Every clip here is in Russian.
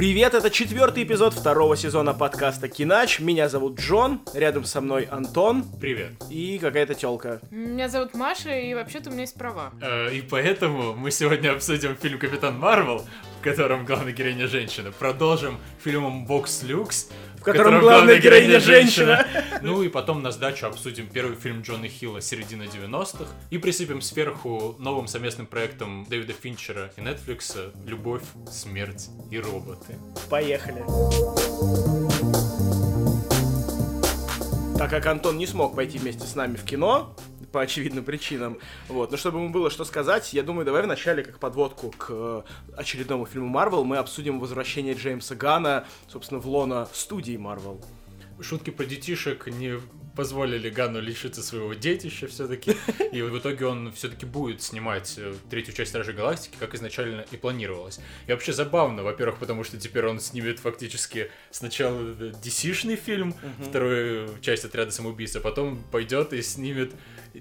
Привет, это 4-й эпизод 2-го сезона подкаста Кинач. Меня зовут Джон, рядом со мной Антон. Привет. И какая-то тёлка. Меня зовут Маша, и вообще-то у меня есть права. И поэтому мы сегодня обсудим фильм «Капитан Марвел», в котором главная героиня женщина. Продолжим фильмом «Vox Lux», в котором главная героиня женщина. Ну и потом на сдачу обсудим первый фильм Джона Хилла середины 90-х и присыпем сверху новым совместным проектом Дэвида Финчера и Netflix «Любовь, смерть и роботы». Поехали. Так как Антон не смог пойти вместе с нами в кино, по очевидным причинам, вот, но чтобы ему было что сказать, я думаю, давай вначале, как подводку к очередному фильму Marvel, мы обсудим возвращение Джеймса Ганна, собственно, в лоно студии Marvel. Шутки про детишек не позволили Ганну лишиться своего детища все-таки, и в итоге он все-таки будет снимать третью часть Стражей Галактики, как изначально и планировалось. И вообще забавно, во-первых, потому что теперь он снимет фактически сначала DC-шный фильм, вторую часть Отряда самоубийц, а потом пойдет и снимет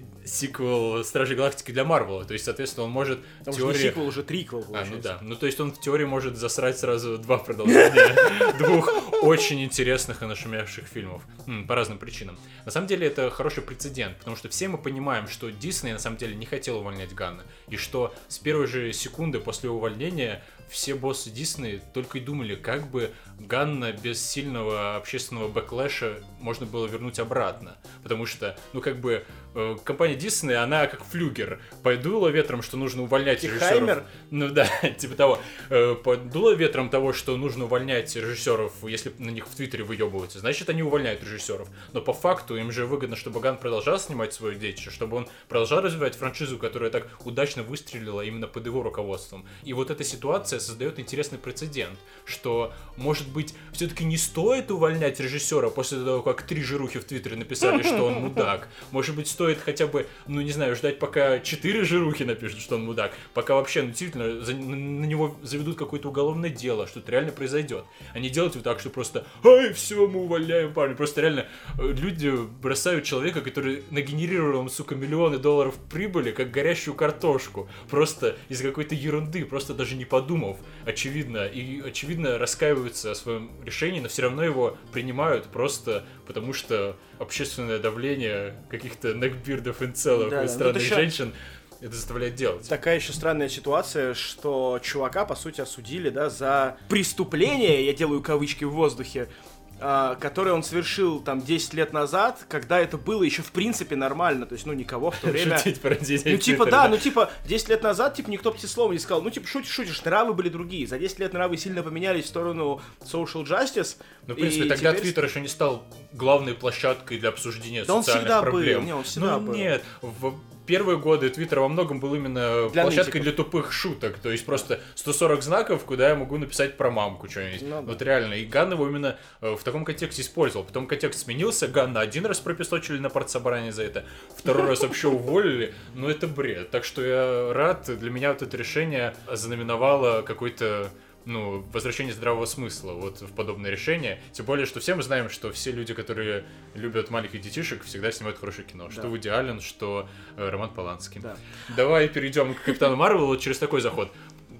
сиквел Стражей Галактики для Марвела. То есть, соответственно, он может Потому в теории... что не сиквел, уже триквел, получается. Ну да. Ну, то есть он в теории может засрать сразу два продолжения двух очень интересных и нашумевших фильмов. По разным причинам. На самом деле, это хороший прецедент, потому что все мы понимаем, что Дисней, на самом деле, не хотел увольнять Ганна. И что с первой же секунды после увольнения все боссы Дисней только и думали, как бы Ганна без сильного общественного бэклэша можно было вернуть обратно. Потому что, ну, как бы, компания Дисней, она как флюгер. Подуло ветром, что нужно увольнять режиссеров. Хаймер? Ну да, типа того. Подуло ветром того, что нужно увольнять режиссеров, если на них в Твиттере выебываются, значит, они увольняют режиссеров. Но по факту им же выгодно, чтобы Ганн продолжал снимать свое детище, чтобы он продолжал развивать франшизу, которая так удачно выстрелила именно под его руководством. И вот эта ситуация создает интересный прецедент, что, может быть, все-таки не стоит увольнять режиссера после того, как 3 жирухи в Твиттере написали, что он мудак. Может быть, стоит хотя бы, ну не знаю, ждать, пока 4 жирухи напишут, что он мудак, пока вообще, ну действительно, на него заведут какое-то уголовное дело, что-то реально произойдет. А не делать вот так, что просто «Ай, все, мы увольняем парня». Просто реально люди бросают человека, который нагенерировал, сука, миллионы долларов прибыли, как горящую картошку. Просто из-за какой-то ерунды, просто даже не подумав, очевидно. И очевидно раскаиваются о своем решении, но все равно его принимают просто потому, что общественное давление каких-то некбирдов, инцелов и странных женщин это заставляет делать. Такая еще странная ситуация, что чувака, по сути, осудили, да, за преступление, я делаю кавычки в воздухе, который он совершил там 10 лет назад, когда это было еще в принципе нормально, то есть, ну, никого в то время... Шутить про детей. Ну, типа, да, ну, типа, 10 лет назад, типа, никто бы тебе слова не сказал, ну, типа, шутишь, нравы были другие, за 10 лет нравы сильно поменялись в сторону social justice. Ну, в принципе, тогда Твиттер еще не стал главной площадкой для обсуждения социальных проблем. Он всегда был. Нет, в первые годы Твиттер во многом был именно площадкой для тупых шуток. То есть просто 140 знаков, куда я могу написать про мамку что-нибудь. Вот реально. И Ганн его именно в таком контексте использовал. Потом контекст сменился. Ганна один раз пропесочили на партсобрании за это. Второй раз вообще уволили. Но это бред. Так что я рад. Для меня вот это решение ознаменовало какой-то возвращение здравого смысла вот в подобное решение. Тем более, что все мы знаем, что все люди, которые любят маленьких детишек, всегда снимают хорошее кино. Да. Что Вуди Аллен, что Роман Поланский. Да. Давай перейдем к Капитану Марвелу через такой заход.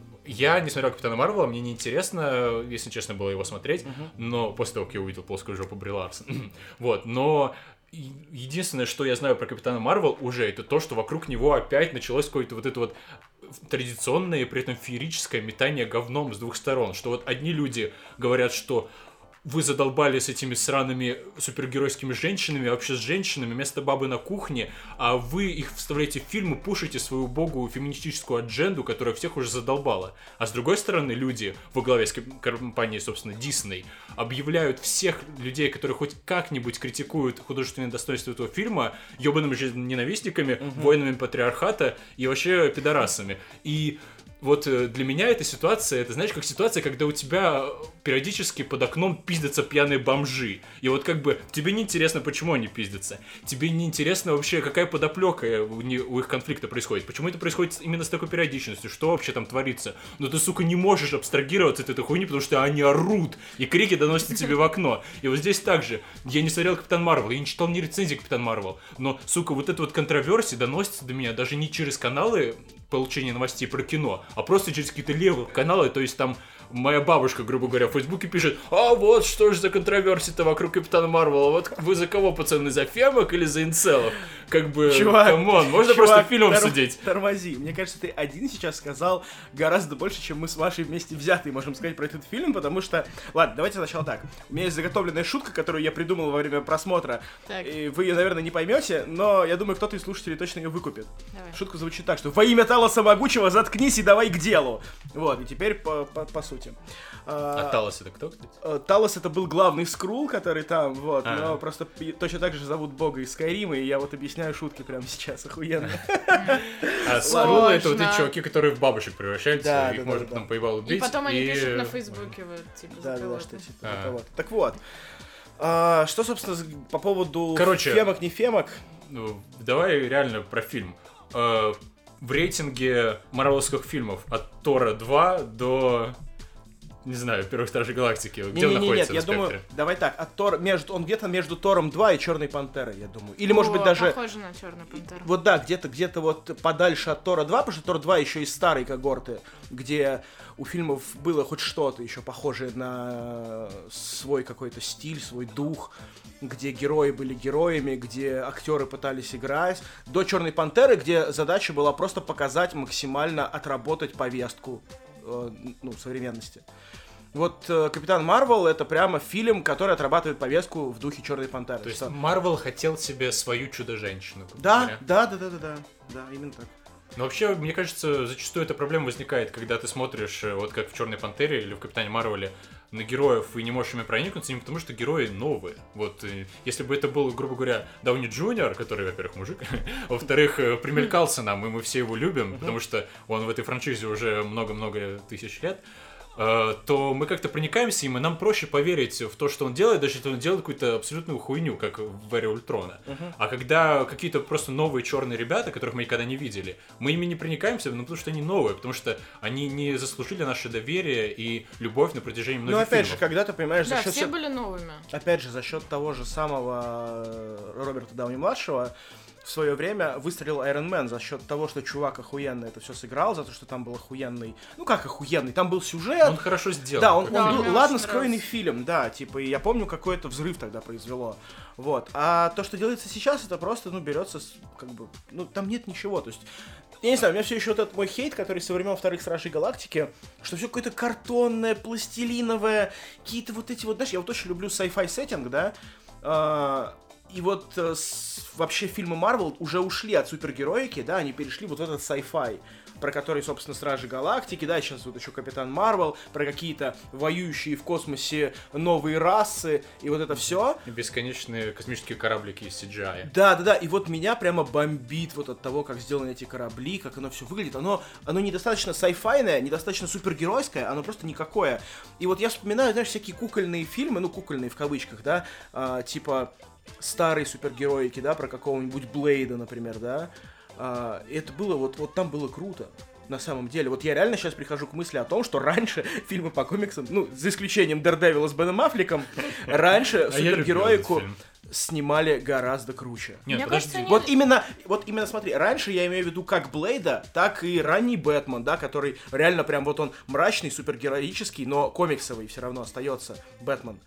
Я не смотрел Капитана Марвела, мне неинтересно, если честно, было его смотреть, но после того, как я увидел плоскую жопу Бри Ларсон. Вот, но единственное, что я знаю про Капитана Марвел уже, это то, что вокруг него опять началось какое-то вот это вот традиционное и при этом феерическое метание говном с двух сторон. Что вот одни люди говорят, что вы задолбали с этими сраными супергеройскими женщинами, а вообще с женщинами, вместо бабы на кухне, а вы их вставляете в фильм и пушите свою убогую феминистическую адженду, которая всех уже задолбала. А с другой стороны, люди во главе с компанией, собственно, Disney, объявляют всех людей, которые хоть как-нибудь критикуют художественное достоинство этого фильма, ёбаными же ненавистниками, воинами патриархата и вообще пидорасами. И вот для меня эта ситуация, это, знаешь, как ситуация, когда у тебя периодически под окном пиздятся пьяные бомжи. И вот как бы тебе не интересно, почему они пиздятся. Тебе не интересно вообще, какая подоплека у их конфликта происходит. Почему это происходит именно с такой периодичностью? Что вообще там творится? Но ты, сука, не можешь абстрагироваться от этой хуйни, потому что они орут, и крики доносятся тебе в окно. И вот здесь также. Я не смотрел Капитан Марвел, я не читал ни рецензии Капитан Марвел, но, сука, вот эта вот контроверсия доносится до меня даже не через каналы получения новостей про кино, а просто через какие-то левые каналы, то есть там моя бабушка, грубо говоря, в Фейсбуке пишет: а вот что ж за контроверсия-то вокруг Капитана Марвела, вот вы за кого, пацаны, за фемок или за инцелов? Как бы, камон, можно просто фильмом судить. Тормози, мне кажется, ты один сейчас сказал гораздо больше, чем мы с Машей вместе взятые можем сказать про этот фильм, потому что... Ладно, давайте сначала так. У меня есть заготовленная шутка, которую я придумал во время просмотра, и вы ее, наверное, не поймете, но я думаю, кто-то из слушателей точно ее выкупит. Давай. Шутка звучит так, что во имя Талоса Могучего заткнись и давай к делу. Вот, и теперь по сути. А Талос это кто, кстати? Талос это был главный скрул, который там, вот, но просто точно так же зовут бога из Скайрима, и я вот объясняю шутки прямо сейчас, охуенно. А скрулы это вот эти чуваки, которые в бабушек превращаются, их можно потом поебал убить. И потом они пишут на Фейсбуке, вот, типа, да, что типа того. Так вот, что, собственно, по поводу фемок, не фемок? Давай реально про фильм. В рейтинге марвеловских фильмов от Тора 2 до... Не знаю, Первых Стражей Галактики. Где он находится? Нет, я думаю, давай так, он где-то между Тором 2 и Черной Пантерой, я думаю. Или, может быть, даже... Похоже на Черную Пантеру. Вот да, где-то вот подальше от Тора 2, потому что Тор 2 еще из старой когорты, где у фильмов было хоть что-то еще похожее на свой какой-то стиль, свой дух, где герои были героями, где актеры пытались играть, до Черной Пантеры, где задача была просто показать, максимально отработать повестку современности. Вот Капитан Марвел — это прямо фильм, который отрабатывает повестку в духе Черной Пантеры. То есть Марвел хотел себе свою Чудо-женщину. Да, именно так. Но вообще, мне кажется, зачастую эта проблема возникает, когда ты смотришь, вот как в Черной Пантере или в Капитане Марвеле, на героев и не можешь ими проникнуться, не потому что герои новые. Вот, если бы это был, грубо говоря, Дауни Джуниор, который, во-первых, мужик, во-вторых, примелькался нам, и мы все его любим, потому что он в этой франшизе уже много-много тысяч лет, то мы как-то проникаемся им, и нам проще поверить в то, что он делает, даже если он делает какую-то абсолютную хуйню, как в «Эре Ультрона». А когда какие-то просто новые черные ребята, которых мы никогда не видели, мы ими не проникаемся, потому что они новые, потому что они не заслужили наше доверие и любовь на протяжении многих фильмов. Ну, опять же, когда ты понимаешь... Да, все были новыми. Опять же, за счет того же самого Роберта Дауни-младшего, в свое время выстрелил Iron Man за счет того, что чувак охуенно это все сыграл, за то, что там был охуенный... Ну как охуенный? Там был сюжет. Он хорошо сделал. Да, он был ладно скроенный фильм, да, типа, и я помню, какой-то взрыв тогда произвело. Вот. А то, что делается сейчас, это просто, берется, как бы, там нет ничего, то есть... Я не знаю, у меня все еще вот этот мой хейт, который со времен Вторых Стражей Галактики, что все какое-то картонное, пластилиновое, какие-то вот эти вот, знаешь, я вот очень люблю sci-fi сеттинг, да, и вот вообще фильмы Marvel уже ушли от супергероики, да, они перешли вот в этот sci-fi, про который, собственно, Стражи Галактики, да, сейчас вот еще Капитан Марвел, про какие-то воюющие в космосе новые расы, и вот это все. Бесконечные космические кораблики из CGI. Да, и вот меня прямо бомбит вот от того, как сделаны эти корабли, как оно все выглядит. Оно недостаточно sci-fi-ное, недостаточно супергеройское, оно просто никакое. И вот я вспоминаю, знаешь, всякие кукольные фильмы, кукольные в кавычках, да, типа старые супергероики, да, про какого-нибудь Блейда, например, да. Это было, вот там было круто, на самом деле. Вот я реально сейчас прихожу к мысли о том, что раньше фильмы по комиксам, за исключением Daredevil с Беном Аффлеком, раньше супергероику снимали гораздо круче. Нет, подожди. Вот именно, смотри, раньше я имею в виду как Блейда, так и ранний Бэтмен, да, который реально прям вот он мрачный, супергероический, но комиксовый все равно остается Бэтмен.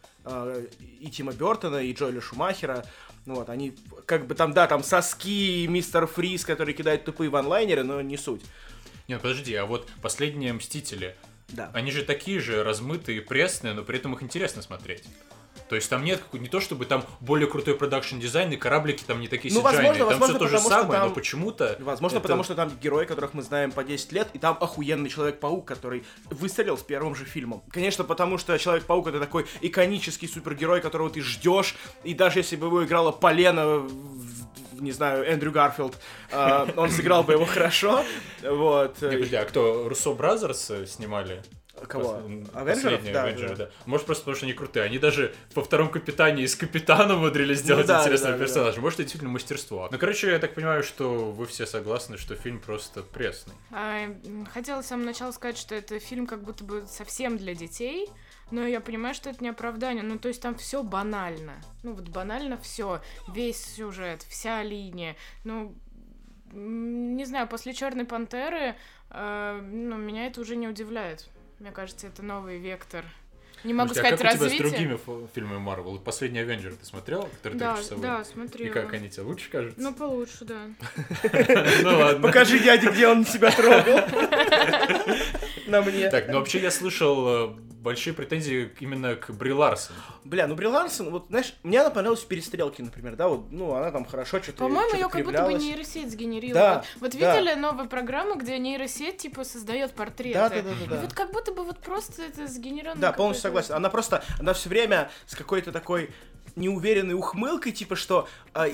И Тима Бёртона, и Джоэля Шумахера. Вот, они как бы там, да, там соски, мистер Фриз, который кидает тупые ванлайнеры, но не суть. Нет, подожди, а вот последние Мстители, да. Они же такие же размытые, пресные, но при этом их интересно смотреть. То есть там нет не то, чтобы там более крутой продакшн-дизайн, и кораблики там не такие CGI-ные, там все то же самое, но почему-то... Возможно, потому что там герои, которых мы знаем по 10 лет, и там охуенный Человек-паук, который выстрелил с первым же фильмом. Конечно, потому что Человек-паук — это такой иконический супергерой, которого ты ждешь, и даже если бы его играла Полена, не знаю, Эндрю Гарфилд, он сыграл бы его хорошо, вот. Не, подожди, а кто, Руссо Бразерс снимали? Кого? Авенджеров, да. Может, просто потому что они крутые. Они даже во втором Капитане из Капитана умудрились сделать интересного персонажа. Может, это действительно мастерство. Ну, короче, я так понимаю, что вы все согласны, что фильм просто пресный. Хотела с самого начала сказать, что это фильм как будто бы совсем для детей, но я понимаю, что это не оправдание. То есть там все банально. Банально все. Весь сюжет, вся линия. Не знаю, после Черной Пантеры меня это уже не удивляет. Мне кажется, это новый вектор. Не могу сказать развитие. А как у тебя с другими фильмами Марвел? Последний Авенджер ты смотрел, который трехчасовой? Да, смотрела. И как они тебе, лучше кажутся? Ну, получше, да. Ну ладно. Покажи дяде, где он себя трогал. На мне. Так, ну вообще я слышал большие претензии именно к Бри Ларсон. Бля, ну Бри Ларсон, вот знаешь, мне она понравилась в «Перестрелке», например, да, вот, ну она там хорошо что-то По-моему, ее как будто бы нейросеть сгенерировала. Вот видели новую программу, где нейросеть, типа, создает портреты? Да. Вот как будто бы вот просто это сгенерировано. Да, полностью согласен. Она все время с какой-то такой неуверенной ухмылкой, типа, что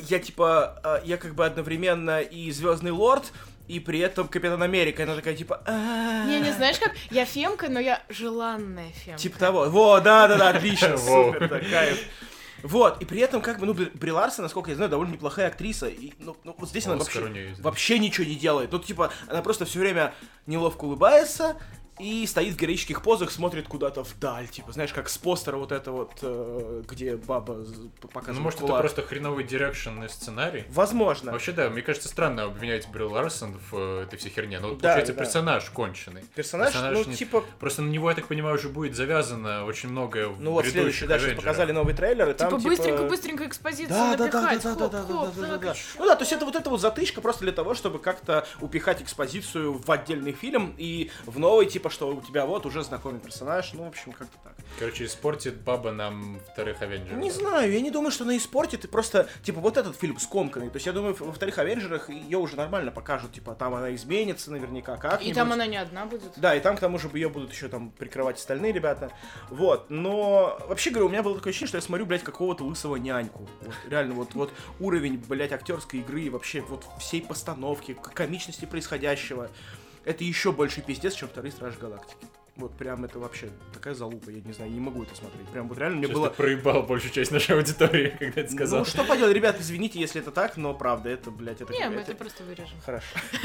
я как бы одновременно и Звездный Лорд, и при этом Капитан Америка. Она такая, типа... Не, знаешь как? Я фемка, но я желанная фемка. Типа того. Во, да, отлично, супер, да, кайф. Вот, и при этом, как бы, ну, Бри Ларсон, насколько я знаю, довольно неплохая актриса. И, ну вот здесь она вообще ничего не делает. Ну, типа, она просто все время неловко улыбается и стоит в героических позах, смотрит куда-то вдаль, типа, знаешь, как с постера вот это вот, где баба показывает. Ну, может, кулак. это просто хреновый дирекшенный сценарий? Возможно. Вообще, да, мне кажется, странно обвинять Бри Ларсон в этой всей херне. Но, получается, персонаж конченый. Персонаж, ну, типа... Просто на него, я так понимаю, уже будет завязано очень многое в Ну, вот следующий, да, сейчас показали новый трейлер, и там, быстренько экспозицию напихать. Да. Ну да, то есть это вот затычка просто для того, чтобы как-то упихать экспозицию в отдельный фильм, и в новый, типа, что у тебя вот уже знакомый персонаж, ну, в общем, как-то так. Короче, испортит баба нам вторых Авенджеров. Не знаю, я не думаю, что она испортит, и просто, типа, вот этот фильм скомканный, то есть я думаю, во вторых Авенджерах ее уже нормально покажут, типа, там она изменится наверняка как-нибудь. И там она не одна будет. Да, и там, к тому же, ее будут еще там прикрывать остальные ребята, вот, но, вообще говорю, у меня было такое ощущение, что я смотрю, блядь, какого-то лысого няньку, вот, реально, вот уровень, блядь, актерской игры и вообще вот всей постановки, комичности происходящего. Это еще больше пиздец, чем вторые Стражи Галактики. Вот прям это вообще такая залупа, я не знаю, не могу это смотреть. Прям вот реально мне было... Ты проебал большую часть нашей аудитории, когда это сказал. Ну что поделать, ребят, извините, если это так, но правда, это, блядь, это... Не, мы это просто вырежем. Хорошо.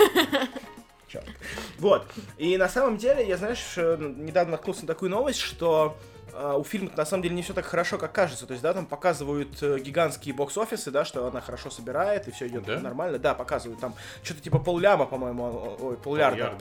Черт. Вот. И на самом деле, я, знаешь, недавно наткнулся на такую новость, что у фильма на самом деле не все так хорошо, как кажется. То есть, да, там показывают гигантские бокс-офисы, да, что она хорошо собирает, и все идет нормально. Да, показывают. Там что-то типа полляма, по-моему, полярда,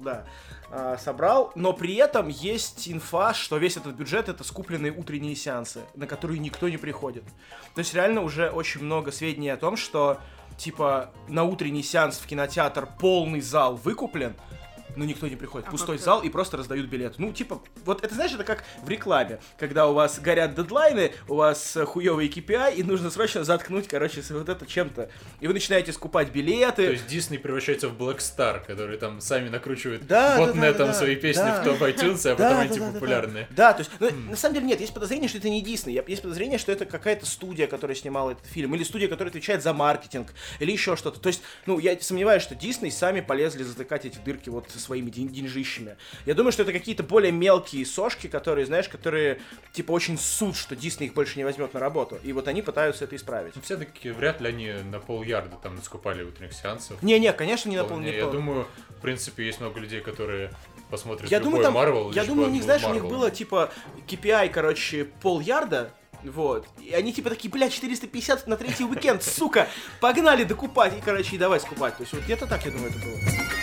собрал. Но при этом есть инфа, что весь этот бюджет — это скупленные утренние сеансы, на которые никто не приходит. То есть, реально уже очень много сведений о том, что, типа, на утренний сеанс в кинотеатр полный зал выкуплен, но никто не приходит. Пустой зал и просто раздают билеты. Ну, типа, вот это, знаешь, это как в рекламе, когда у вас горят дедлайны, у вас хуёвые KPI, и нужно срочно заткнуть, короче, вот это чем-то. И вы начинаете скупать билеты. То есть Disney превращается в Black Star, который там сами накручивают ботнетом свои песни в топ iTunes, а потом они популярные. Да, то есть, ну, на самом деле нет, есть подозрение, что это не Disney, есть подозрение, что это какая-то студия, которая снимала этот фильм, или студия, которая отвечает за маркетинг, или еще что-то. То есть, ну, я сомневаюсь, что Disney сами полезли затыкать эти дырки вот своими деньжищами. Я думаю, что это какие-то более мелкие сошки, которые, знаешь, которые, типа, очень ссут, что Disney их больше не возьмет на работу. И вот они пытаются это исправить. Но все-таки вряд ли они на полярда там наскупали утренних сеансов. Не, конечно, не на пол. Я думаю, в принципе, есть много людей, которые посмотрят любой Марвел. Я думаю, у них, знаешь, у них было, типа, KPI, короче, полярда. Вот. И они типа такие, бля, 450 на третий уикенд, сука, погнали докупать. И, короче, и давай скупать. То есть вот где-то так, я думаю, это было.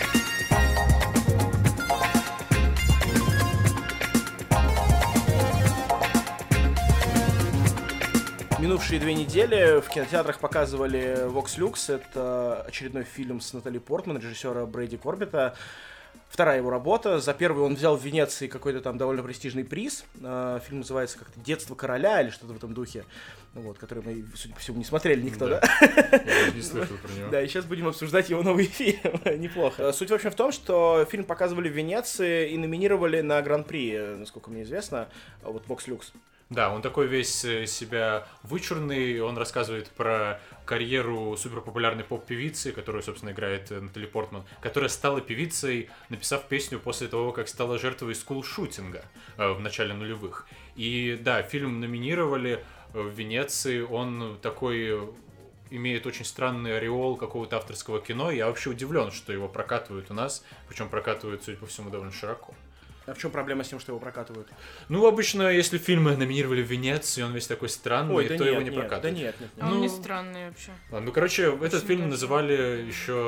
Минувшие 2 недели в кинотеатрах показывали Vox Lux. Это очередной фильм с Натали Портман, режиссера Брэди Корбетта. Вторая его работа. За первый он взял в Венеции какой-то там довольно престижный приз. Фильм называется как-то «Детство короля» или что-то в этом духе. Вот, который мы, судя по всему, не смотрели никто, да? Я не слышал про него. Да, и сейчас будем обсуждать его новый фильм. Неплохо. Суть, в общем, в том, что фильм показывали в Венеции и номинировали на Гран-при, насколько мне известно, вот Vox Lux. Да, он такой весь себя вычурный, он рассказывает про карьеру суперпопулярной поп-певицы, которую, собственно, играет Натали Портман, которая стала певицей, написав песню после того, как стала жертвой скулшутинга в начале нулевых. И да, фильм номинировали в Венеции, он такой имеет очень странный ореол какого-то авторского кино, я вообще удивлен, что его прокатывают у нас, причем прокатывают, судя по всему, довольно широко. А в чем проблема с тем, что его прокатывают? Ну, обычно, если фильмы номинировали в Венеции, он весь такой странный, то его не прокатывают. Да нет. Он не странный вообще. Ну, короче, этот фильм называли еще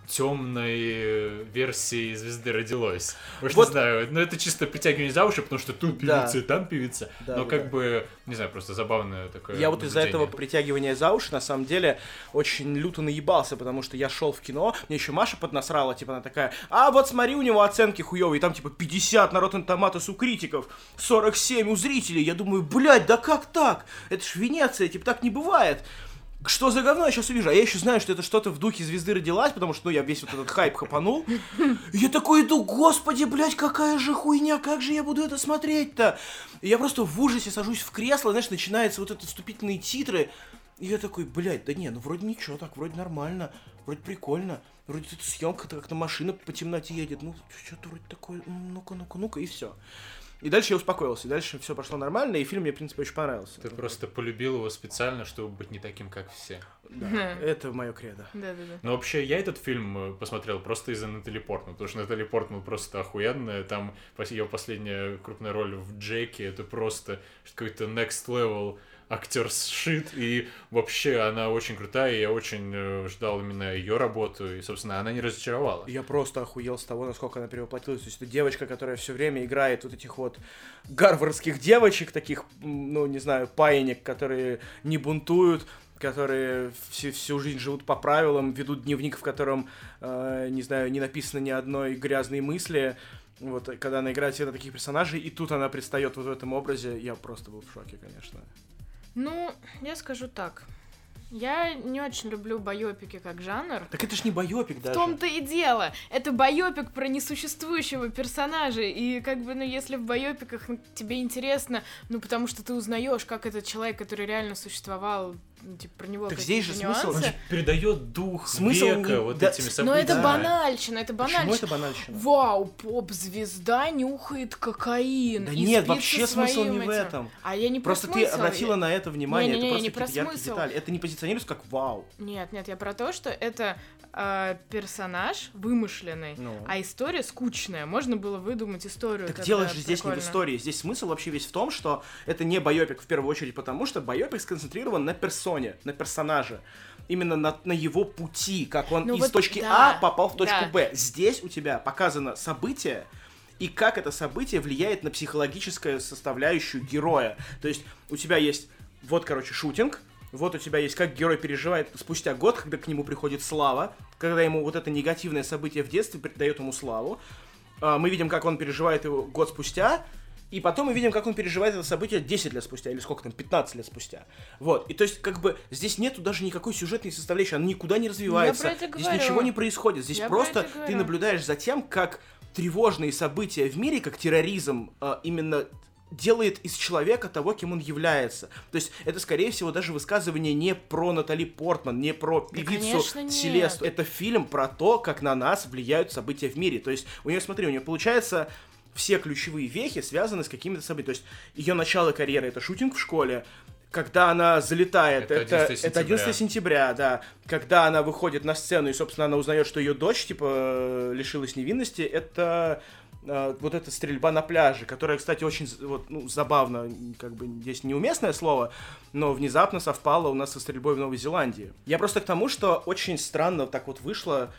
темной версии «Звезды родилось». Уж вот. Не знаю, но это чисто притягивание за уши, потому что тут певица, там певица. Но как бы, не знаю, просто забавное такое Я вот из-за этого притягивания за уши, на самом деле, очень люто наебался, потому что я шел в кино, мне еще Маша поднасрала, типа, она такая, вот смотри, у него оценки хуёвые, и там, типа, 50 на Rotten Tomatoes у критиков, 47 у зрителей. Я думаю, блядь, да как так? Это ж Венеция, типа, так не бывает. Что за говно я сейчас увижу? А я еще знаю, что это что-то в духе «Звезды родилась», потому что, я весь вот этот хайп хапанул. И я такой иду, господи, блядь, какая же хуйня, как же я буду это смотреть-то? И я просто в ужасе сажусь в кресло, знаешь, начинаются вот эти вступительные титры. И я такой, блядь, да не, вроде ничего, так вроде нормально, вроде прикольно. Вроде эта съемка-то как-то машина по темноте едет. Что-то вроде такое, ну-ка, и все. И дальше я успокоился, и дальше все пошло нормально, и фильм мне, в принципе, очень понравился. Ты просто полюбил его специально, чтобы быть не таким, как все. Да, это мое кредо. Да. Но вообще, я этот фильм посмотрел просто из-за Натали Портман, потому что Натали Портман просто охуенная, там ее последняя крупная роль в «Джеке», это просто какой-то next level актер шит, и вообще она очень крутая, и я очень ждал именно ее работу, и, собственно, она не разочаровала. Я просто охуел с того, насколько она перевоплотилась. То есть это девочка, которая все время играет вот этих вот гарвардских девочек, таких, не знаю, паинек, которые не бунтуют, которые всю жизнь живут по правилам, ведут дневник, в котором, не знаю, не написано ни одной грязной мысли. Вот, когда она играет всегда таких персонажей, и тут она предстает вот в этом образе, я просто был в шоке, конечно. Я скажу так. Я не очень люблю байопики как жанр. Так это ж не байопик даже. В том-то и дело. Это байопик про несуществующего персонажа. И если в байопиках тебе интересно, потому что ты узнаешь, как этот человек, который реально существовал, про него так здесь же нюансы. Смысл, он же передает дух смысл века этими событиями. Но это банальщина, Почему это банальщина? Вау, поп-звезда нюхает кокаин. Да нет, вообще смысл не в этом. А я не про просто смысл. Ты обратила на это внимание, это просто не какие-то яркие детали. Это не позиционируется как вау. Нет, я про то, что это персонаж вымышленный, а история скучная. Можно было выдумать историю. Так дело же здесь не в истории. Здесь смысл вообще весь в том, что это не байопик в первую очередь, потому что байопик сконцентрирован на персоне, на персонаже. Именно на его пути, как он из точки А попал в точку Б. Здесь у тебя показано событие, и как это событие влияет на психологическую составляющую героя. То есть у тебя есть, шутинг, вот у тебя есть, как герой переживает спустя год, когда к нему приходит слава, когда ему вот это негативное событие в детстве дает ему славу. Мы видим, как он переживает его год спустя, и потом мы видим, как он переживает это событие 10 лет спустя, или сколько там, 15 лет спустя. Вот, и то есть, здесь нету даже никакой сюжетной составляющей, она никуда не развивается, здесь ничего не происходит, здесь просто ты наблюдаешь за тем, как тревожные события в мире, как терроризм, именно делает из человека того, кем он является. То есть это, скорее всего, даже высказывание не про Натали Портман, не про певицу Селесту. Это фильм про то, как на нас влияют события в мире. То есть у нее получается, все ключевые вехи связаны с какими-то событиями. То есть ее начало карьеры — это шутинг в школе. Когда она залетает, это 11 сентября, да. Когда она выходит на сцену и, собственно, она узнает, что ее дочь, лишилась невинности, это вот эта стрельба на пляже, которая, кстати, очень забавно, здесь неуместное слово, но внезапно совпало у нас со стрельбой в Новой Зеландии. Я просто к тому, что очень странно так вот вышло,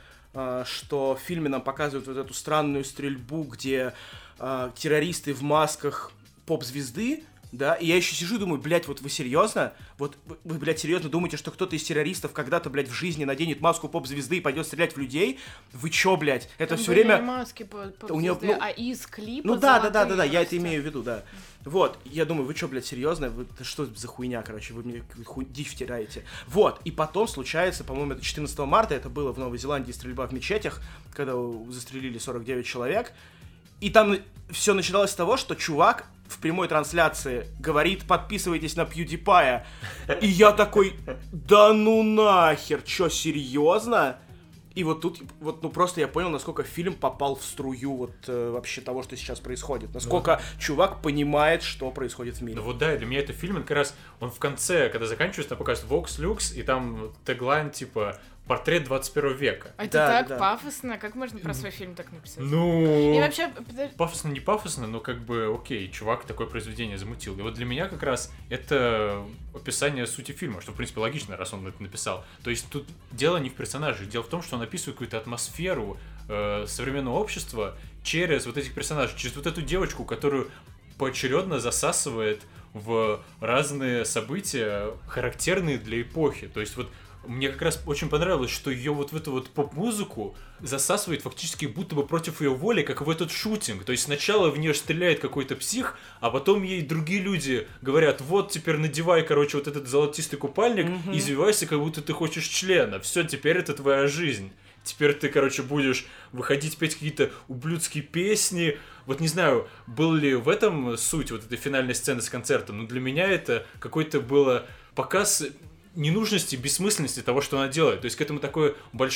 что в фильме нам показывают вот эту странную стрельбу, где террористы в масках поп-звезды, да, и я еще сижу и думаю, блядь, вот вы серьезно? Вот вы, блядь, серьезно думаете, что кто-то из террористов когда-то, блядь, в жизни наденет маску поп-звезды и пойдет стрелять в людей? Вы чё, блядь? Это все время... Не маски поп-звезды, у него, а из клипа да, я это имею в виду, да. Вот, я думаю, вы чё, блядь, серьезно? Это что за хуйня, короче, вы мне дичь втираете. Вот, и потом случается, по-моему, это 14 марта, это было в Новой Зеландии, стрельба в мечетях, когда застрелили 49 человек, и там все начиналось с того, что чувак в прямой трансляции говорит: подписывайтесь на PewDiePie. И я такой: да ну нахер, чё, серьезно? И вот тут, просто я понял, насколько фильм попал в струю вообще того, что сейчас происходит. Насколько чувак понимает, что происходит в мире. Да, для меня это фильм, как раз, он в конце, когда заканчивается, там показывает Vox Lux, и там теглайн, портрет 21 века. Это так пафосно, как можно про свой фильм так написать? Ну, и вообще... пафосно, не пафосно, но как бы, окей, чувак такое произведение замутил. И вот для меня как раз это описание сути фильма, что, в принципе, логично, раз он это написал. То есть тут дело не в персонаже, дело в том, что он описывает какую-то атмосферу современного общества через вот этих персонажей, через вот эту девочку, которую поочередно засасывает в разные события, характерные для эпохи. То есть вот мне как раз очень понравилось, что ее вот в эту вот поп-музыку засасывает фактически будто бы против ее воли, как в этот шутинг. То есть сначала в нее стреляет какой-то псих, а потом ей другие люди говорят: вот теперь надевай, короче, вот этот золотистый купальник, и извивайся, как будто ты хочешь члена. Все, теперь это твоя жизнь. Теперь ты, короче, будешь выходить, петь какие-то ублюдские песни. Вот не знаю, был ли в этом суть вот этой финальной сцены с концертом, но для меня это какой-то было показ ненужности, бессмысленности того, что она делает. То есть к этому такой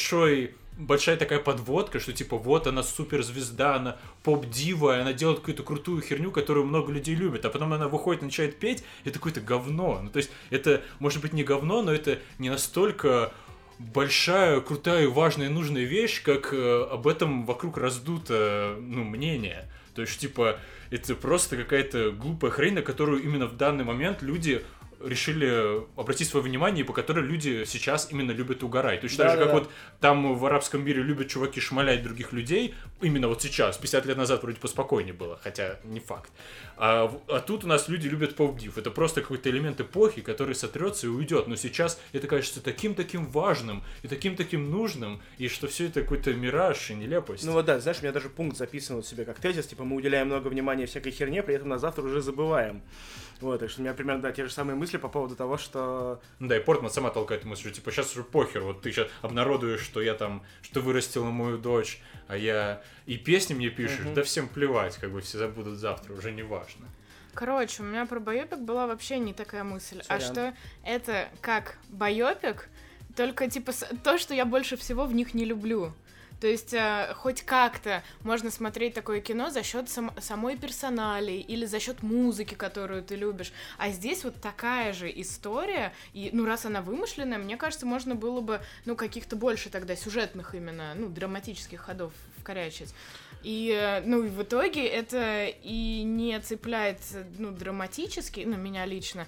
большая такая подводка, что типа вот она суперзвезда, она поп-дива, и она делает какую-то крутую херню, которую много людей любят, а потом она выходит и начинает петь, и это какое-то говно. Ну то есть это может быть не говно, но это не настолько большая, крутая, важная и нужная вещь, как об этом вокруг раздуто, мнение. То есть, типа, это просто какая-то глупая хрень, на которую именно в данный момент люди решили обратить свое внимание, и по которой люди сейчас именно любят угорать. Точно так же, как вот там в арабском мире любят чуваки шмалять других людей, именно вот сейчас, 50 лет назад вроде поспокойнее было, хотя не факт. А тут у нас люди любят поп-див. Это просто какой-то элемент эпохи, который сотрется и уйдет. Но сейчас это кажется таким важным и таким нужным, и что все это какой-то мираж и нелепость. Ну вот да, знаешь, у меня даже пункт записан вот себе как тезис, типа мы уделяем много внимания всякой херне, при этом на завтра уже забываем. Вот, так что у меня примерно, те же самые мысли по поводу того, что... Да, и Портман сама толкает мысль, что типа сейчас уже похер, вот ты сейчас обнародуешь, что я там, что вырастила мою дочь, а я и песни мне пишешь, да всем плевать, как бы все забудут завтра, уже не важно. Короче, у меня про байопик была вообще не такая мысль, а что это как байопик, только типа то, что я больше всего в них не люблю. То есть хоть как-то можно смотреть такое кино за счет самой персоналии или за счет музыки, которую ты любишь. А здесь вот такая же история, и раз она вымышленная, мне кажется, можно было бы, каких-то больше тогда сюжетных именно, драматических ходов вкорячить. И, в итоге это и не цепляет, драматически, меня лично,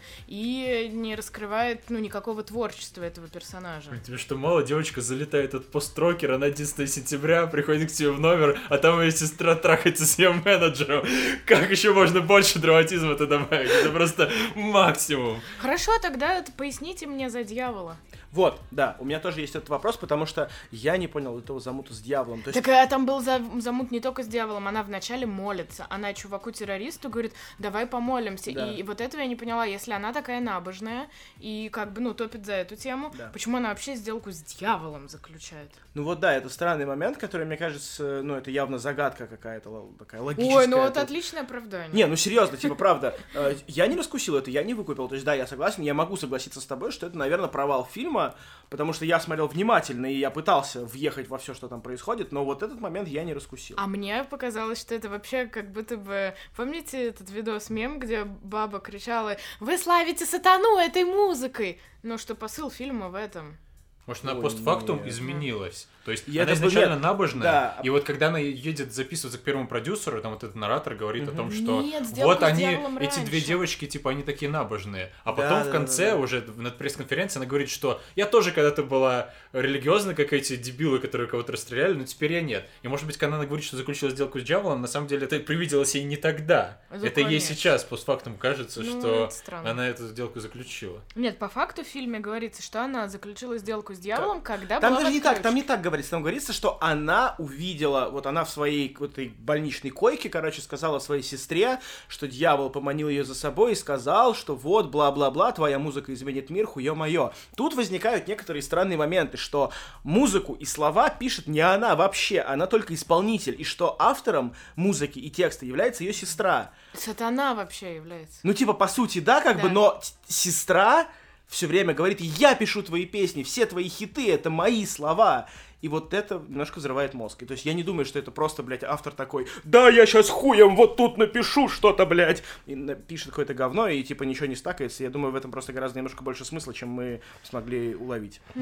и не раскрывает, никакого творчества этого персонажа. Тебе что, мало? Девочка залетает от построкера на 11 сентября, приходит к тебе в номер, а там ее сестра трахается с ее менеджером. Как еще можно больше драматизма-то добавить? Это просто максимум. Хорошо, тогда поясните мне за дьявола. Вот, да, у меня тоже есть этот вопрос, потому что я не понял этого замута с дьяволом. То есть... Так там был замут не только с дьяволом, она вначале молится, она чуваку-террористу говорит: давай помолимся, да. И вот этого я не поняла, если она такая набожная и как бы, топит за эту тему, да. Почему она вообще сделку с дьяволом заключает? Ну вот да, это странный момент, который, мне кажется, это явно загадка какая-то, такая логическая. Ой, вот отличное оправдание. Не, серьезно, типа, правда, я не раскусил это, я не выкупил, то есть да, я согласен, я могу согласиться с тобой, что это, наверное, провал фильма, потому что я смотрел внимательно, и я пытался въехать во все, что там происходит, но вот этот момент я не раскусил. А мне показалось, что это вообще как будто бы... Помните этот видос-мем, где баба кричала: «Вы славите сатану этой музыкой!» Но что посыл фильма в этом? Может, она постфактум изменилась. То есть она изначально набожная, да. И вот когда она едет записываться к первому продюсеру, там вот этот наратор говорит о том, что вот они, эти две девочки, типа, они такие набожные. А потом в конце, уже на пресс-конференции, она говорит, что я тоже когда-то была религиозной, как эти дебилы, которые кого-то расстреляли, но теперь я нет. И может быть, когда она говорит, что заключила сделку с дьяволом, на самом деле это привиделось ей не тогда. Это ей сейчас постфактум кажется, что она эту сделку заключила. Нет, по факту в фильме говорится, что она заключила сделку с дьяволом, когда там была даже не так, там не так говорится. Там говорится, что она увидела, вот она в своей вот этой больничной койке, сказала своей сестре, что дьявол поманил ее за собой и сказал, что вот, бла-бла-бла, твоя музыка изменит мир, хуё-моё. Тут возникают некоторые странные моменты, что музыку и слова пишет не она вообще, она только исполнитель, и что автором музыки и текста является ее сестра. Сатана вообще является. По сути, да, бы, но сестра все время говорит: я пишу твои песни, все твои хиты, это мои слова. И вот это немножко взрывает мозг. И то есть я не думаю, что это просто, блядь, автор такой: да, я сейчас хуем вот тут напишу что-то, блядь. И пишет какое-то говно, и ничего не стакается. Я думаю, в этом просто гораздо немножко больше смысла, чем мы смогли уловить.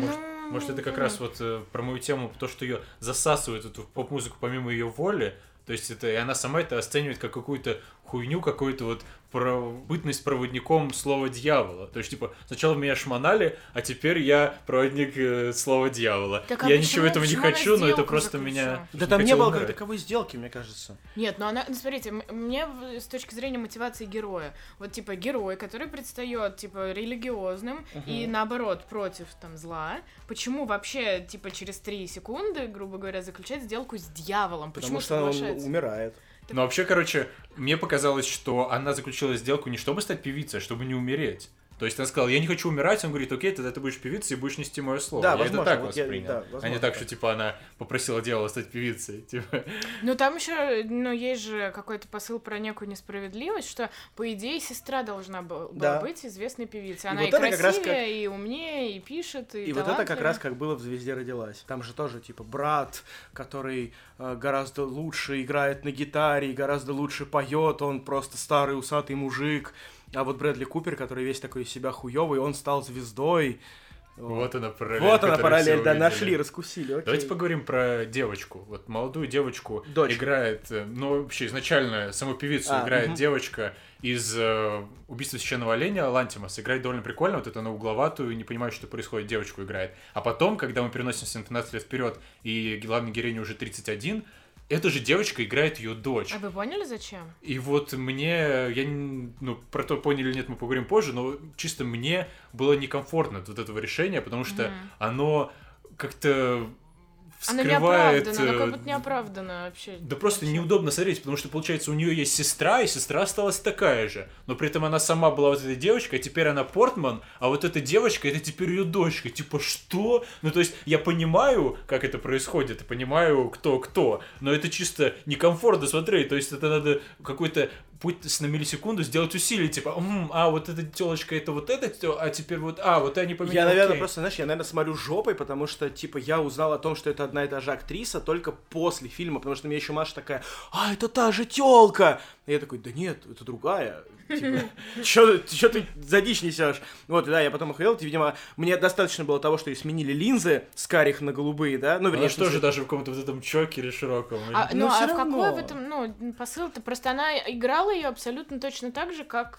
Может, это как раз вот про мою тему, то, что ее засасывает эту поп-музыку помимо ее воли. То есть это и она сама это оценивает как какую-то хуйню, какую-то вот бытность проводником слова дьявола. То есть, типа, сначала меня шмонали, а теперь я проводник слова дьявола. Так, я ничего этого не хочу, но это просто меня... Да там не было как таковой сделки, мне кажется. Нет, но она... Смотрите, мне с точки зрения мотивации героя, вот, типа, герой, который предстает, типа, религиозным и, наоборот, против, там, зла, почему вообще, типа, через 3 секунды, грубо говоря, заключает сделку с дьяволом? Почему соглашается? Он умирает. Ну, вообще, короче, мне показалось, что она заключила сделку не чтобы стать певицей, а чтобы не умереть. То есть она сказала, я не хочу умирать, он говорит, окей, тогда ты будешь певицей и будешь нести мое слово. Да, я возможно, это так вот воспринял. А не так, что, типа, она попросила дьявола стать певицей. Типа. Ну, там еще, есть же какой-то посыл про некую несправедливость, что, по идее, сестра должна была быть известной певицей. Она и вот красивее, и умнее, и пишет, и вот это как раз как было в «Звезде родилась». Там же тоже, типа, брат, который гораздо лучше играет на гитаре, гораздо лучше поет, он просто старый усатый мужик. А вот Брэдли Купер, который весь такой из себя хуёвый, он стал звездой. Вот она параллель. Вот она параллель, да, нашли, раскусили. Окей. Давайте поговорим про девочку. Вот молодую девочку играет, ну вообще изначально саму певицу играет девочка из «Убийства священного оленя» Лантимас. Играет довольно прикольно, вот это она угловатую, не понимает, что происходит, девочку играет. А потом, когда мы переносимся на 13 лет вперед, и главной героине уже 31, эта же девочка играет ее дочь. А вы поняли, зачем? И вот мне, про то, поняли или нет, мы поговорим позже, но чисто мне было некомфортно от вот этого решения, потому что оно как-то вскрывает... Оно как будто неоправданно вообще. Да просто неудобно смотреть, потому что, получается, у нее есть сестра, и сестра осталась такая же. Но при этом она сама была вот этой девочкой, а теперь она Портман, а вот эта девочка, это теперь ее дочка. Типа, что? Ну, то есть, я понимаю, как это происходит, и понимаю, кто, но это чисто некомфортно смотреть. То есть, это надо какой-то путь на миллисекунду сделать усилие, типа, вот эта телочка, это вот это, а теперь вот они поменяли. Я, наверное, просто, знаешь, смотрю жопой, потому что, типа, я узнал о том, что это одна и та же актриса только после фильма, потому что мне еще Маша такая, это та же тёлка! И я такой, да нет, это другая. Типа, чё ты за дичь несёшь? Вот, да, я потом охуел, видимо, мне достаточно было того, что и сменили линзы с карих на голубые, да? Ну, вернее, что же даже в каком-то вот этом чокере широком. А в какой в этом, посыл-то? Просто она играла ее абсолютно точно так же, как,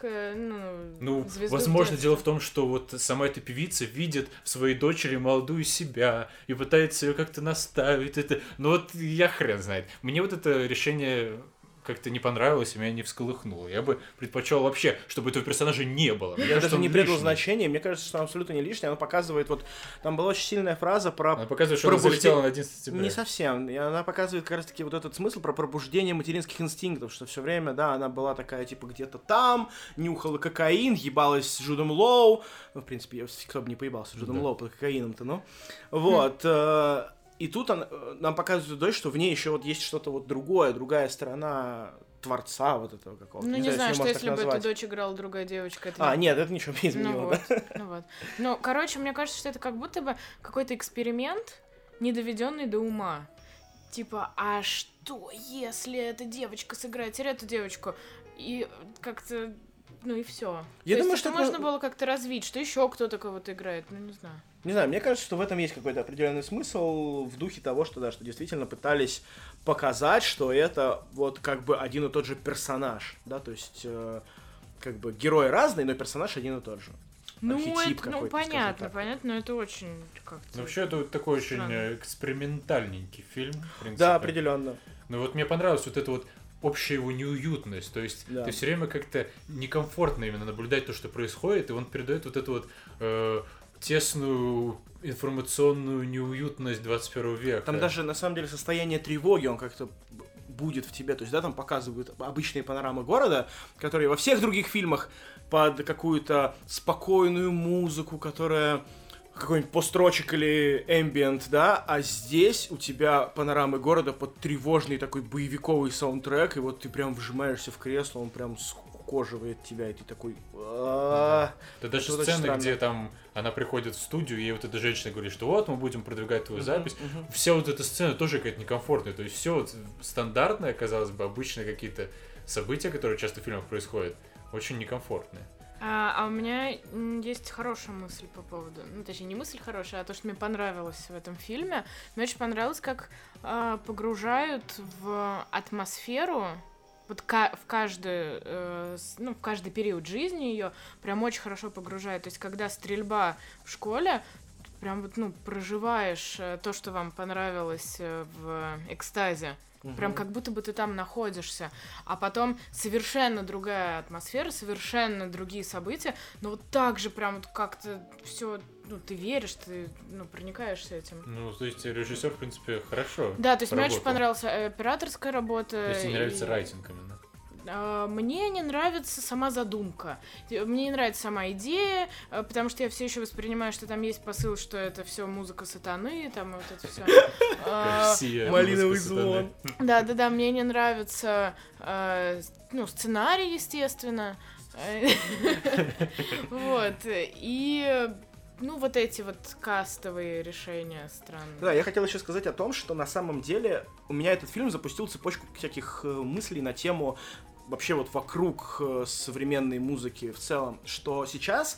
звезду. Возможно, дело в том, что вот сама эта певица видит в своей дочери молодую себя и пытается ее как-то наставить. Ну вот я хрен знает. Мне вот это решение как-то не понравилось, и меня не всколыхнуло. Я бы предпочел вообще, чтобы этого персонажа не было. Я даже не придал значения, мне кажется, что он абсолютно не лишний. Она показывает, вот, там была очень сильная фраза про... Она показывает, что она залетела на 11 сентября. Не совсем. И она показывает как раз-таки вот этот смысл про пробуждение материнских инстинктов, что все время, да, она была такая, типа, где-то там, нюхала кокаин, ебалась с Джудом Лоу. Ну, в принципе, кто бы не поебался с Джудом Лоу под кокаином-то, ну. Вот. И тут нам показывают дочь, что в ней еще вот есть что-то вот другая сторона творца вот этого какого-то. Ну, не знаю, что если бы эту дочь играла другая девочка. Это нет, это ничего не изменило. Ну, короче, мне кажется, что это как будто бы какой-то эксперимент, не доведенный до ума. Типа, а что, если эта девочка сыграет эту девочку? И как-то... Ну и все. Я думаю, что можно было как-то развить, что еще кто-то кого-то играет, не знаю. Не знаю, мне кажется, что в этом есть какой-то определенный смысл в духе того, что что действительно пытались показать, что это вот как бы один и тот же персонаж, да, то есть как бы герой разный, но персонаж один и тот же. Понятно, но это очень как-то... Ну, вообще, это такой очень экспериментальненький фильм, в принципе. Да, определенно. Ну, вот мне понравилось вот это вот общая его неуютность, то есть ты все время как-то некомфортно именно наблюдать то, что происходит, и он передает вот эту вот тесную информационную неуютность 21 века. Там даже, на самом деле, состояние тревоги, он как-то будет в тебе, то есть, да, там показывают обычные панорамы города, которые во всех других фильмах под какую-то спокойную музыку, которая какой-нибудь построчек или эмбиент, да, а здесь у тебя панорамы города под тревожный такой боевиковый саундтрек, и вот ты прям вжимаешься в кресло, он прям скукоживает тебя, и ты такой... Да даже сцены, где там она приходит в студию, и вот эта женщина говорит, что вот, мы будем продвигать твою запись. Вся вот эта сцена тоже какая-то некомфортная, то есть все вот стандартное, казалось бы, обычные какие-то события, которые часто в фильмах происходят, очень некомфортные. А у меня есть хорошая мысль по поводу... Ну, точнее, не мысль хорошая, а то, что мне понравилось в этом фильме. Мне очень понравилось, как погружают в атмосферу вот в каждый период жизни ее прям очень хорошо погружает. То есть, когда стрельба в школе, прям вот, проживаешь то, что вам понравилось в экстазе. Прям как будто бы ты там находишься. А потом совершенно другая атмосфера, совершенно другие события, но вот так же прям вот как-то все, ты веришь, ты, проникаешься этим. То есть режиссер, в принципе, хорошо. Да, то есть мне очень понравилась операторская работа. То есть тебе нравится райтинг именно? Мне не нравится сама задумка. Мне не нравится сама идея, потому что я все еще воспринимаю, что там есть посыл, что это все музыка сатаны, там вот это все. Малиновый звон. Да, мне не нравится сценарий, естественно. Вот. И вот эти вот кастовые решения странные. Да, я хотел еще сказать о том, что на самом деле у меня этот фильм запустил цепочку всяких мыслей на тему вообще вот вокруг современной музыки в целом, что сейчас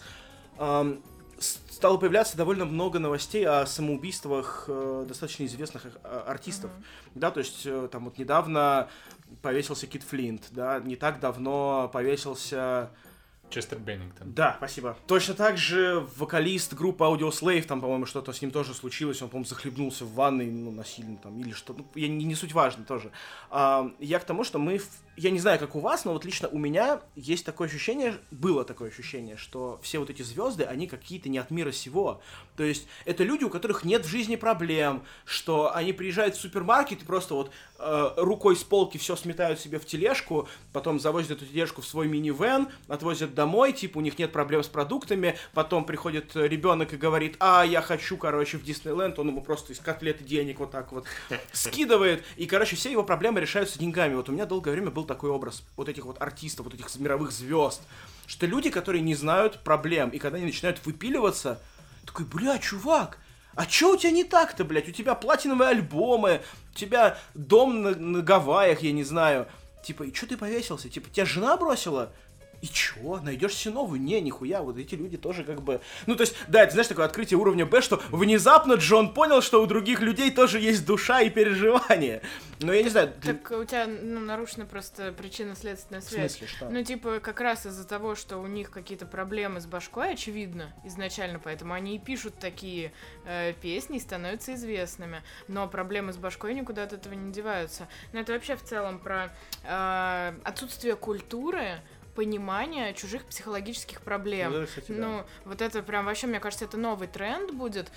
стало появляться довольно много новостей о самоубийствах достаточно известных артистов, да, то есть там вот недавно повесился Кит Флинт, да, не так давно повесился... Честер Беннингтон. Да, спасибо. Точно так же вокалист группы Audioslave, там, по-моему, что-то с ним тоже случилось, он, по-моему, захлебнулся в ванной, насильно там, или что-то, не суть важно тоже. Я к тому, что я не знаю, как у вас, но вот лично у меня есть такое ощущение, было такое ощущение, что все вот эти звезды, они какие-то не от мира сего. То есть это люди, у которых нет в жизни проблем, что они приезжают в супермаркет и просто вот рукой с полки все сметают себе в тележку, потом завозят эту тележку в свой минивэн, отвозят домой, типа у них нет проблем с продуктами, потом приходит ребенок и говорит: я хочу, в Диснейленд, он ему просто из котлеты денег вот так вот скидывает, и, все его проблемы решаются деньгами. Вот у меня долгое время был такой образ вот этих вот артистов, вот этих мировых звезд, что люди, которые не знают проблем, и когда они начинают выпиливаться, такой: чувак, а чё у тебя не так-то, блядь? У тебя платиновые альбомы, у тебя дом на Гавайях, я не знаю. Типа, и чё ты повесился? Типа, тебя жена бросила? И чё? Найдешь себе новую? Не, нихуя, вот эти люди тоже то есть, да, это, знаешь, такое открытие уровня Б, что внезапно Джон понял, что у других людей тоже есть душа и переживания. Но я не знаю... Так у тебя, нарушена просто причинно-следственная связь. В смысле, что? Типа, как раз из-за того, что у них какие-то проблемы с башкой, очевидно, изначально, поэтому они и пишут такие песни и становятся известными. Но проблемы с башкой никуда от этого не деваются. Но это вообще в целом про отсутствие культуры, понимание чужих психологических проблем. Ну, кстати, да. Вот это прям вообще, мне кажется, это новый тренд будет.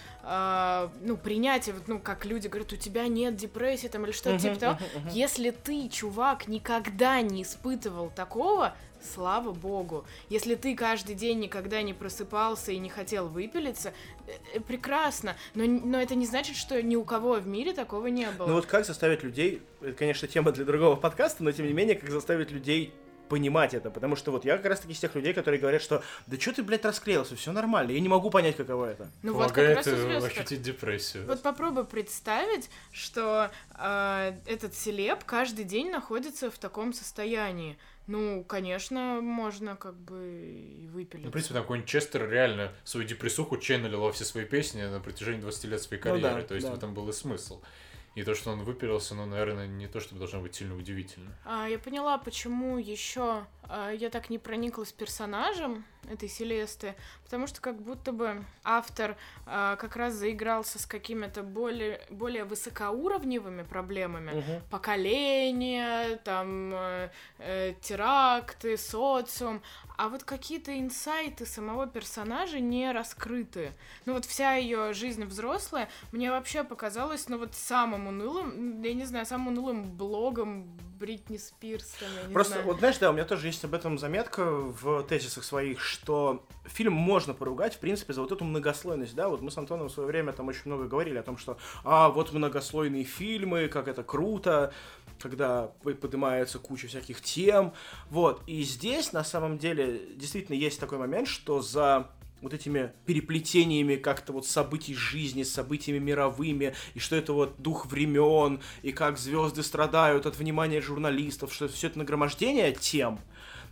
Принятие, как люди говорят, у тебя нет депрессии там или что-то типа того. Если ты, чувак, никогда не испытывал такого, слава богу. Если ты каждый день никогда не просыпался и не хотел выпилиться, прекрасно. Но это не значит, что ни у кого в мире такого не было. Ну вот как заставить людей, это, конечно, тема для другого подкаста, но тем не менее, как заставить людей понимать это, потому что вот я как раз таки из тех людей, которые говорят, что да что ты, блядь, расклеился, все нормально, я не могу понять, каково это. Помогает ощутить депрессию. Вот попробуй представить, что этот селеб каждый день находится в таком состоянии. Конечно, можно и выпилить. В принципе, там какой-нибудь Честер реально свою депрессуху ченнелил во все свои песни на протяжении 20 лет своей карьеры, то есть в этом был и смысл. И то, что он выпилился, наверное, не то, чтобы должно быть сильно удивительно. Я поняла, почему еще я так не прониклась персонажем этой Селесты, потому что как будто бы автор как раз заигрался с какими-то более высокоуровневыми проблемами. Поколения, там, теракты, социум. А вот какие-то инсайты самого персонажа не раскрыты. Вся ее жизнь взрослая мне вообще показалась, самым унылым, я не знаю, самым унылым блогом Бритни Спирс. Просто, вот знаешь, да, у меня тоже есть об этом заметка в тезисах своих, что фильм можно поругать, в принципе, за вот эту многослойность, да, вот мы с Антоном в свое время там очень много говорили о том, что, вот многослойные фильмы, как это круто, когда поднимается куча всяких тем, вот, и здесь, на самом деле, действительно есть такой момент, что за вот этими переплетениями как-то вот событий жизни, с событиями мировыми, и что это вот дух времен, и как звезды страдают от внимания журналистов, что все это нагромождение тем,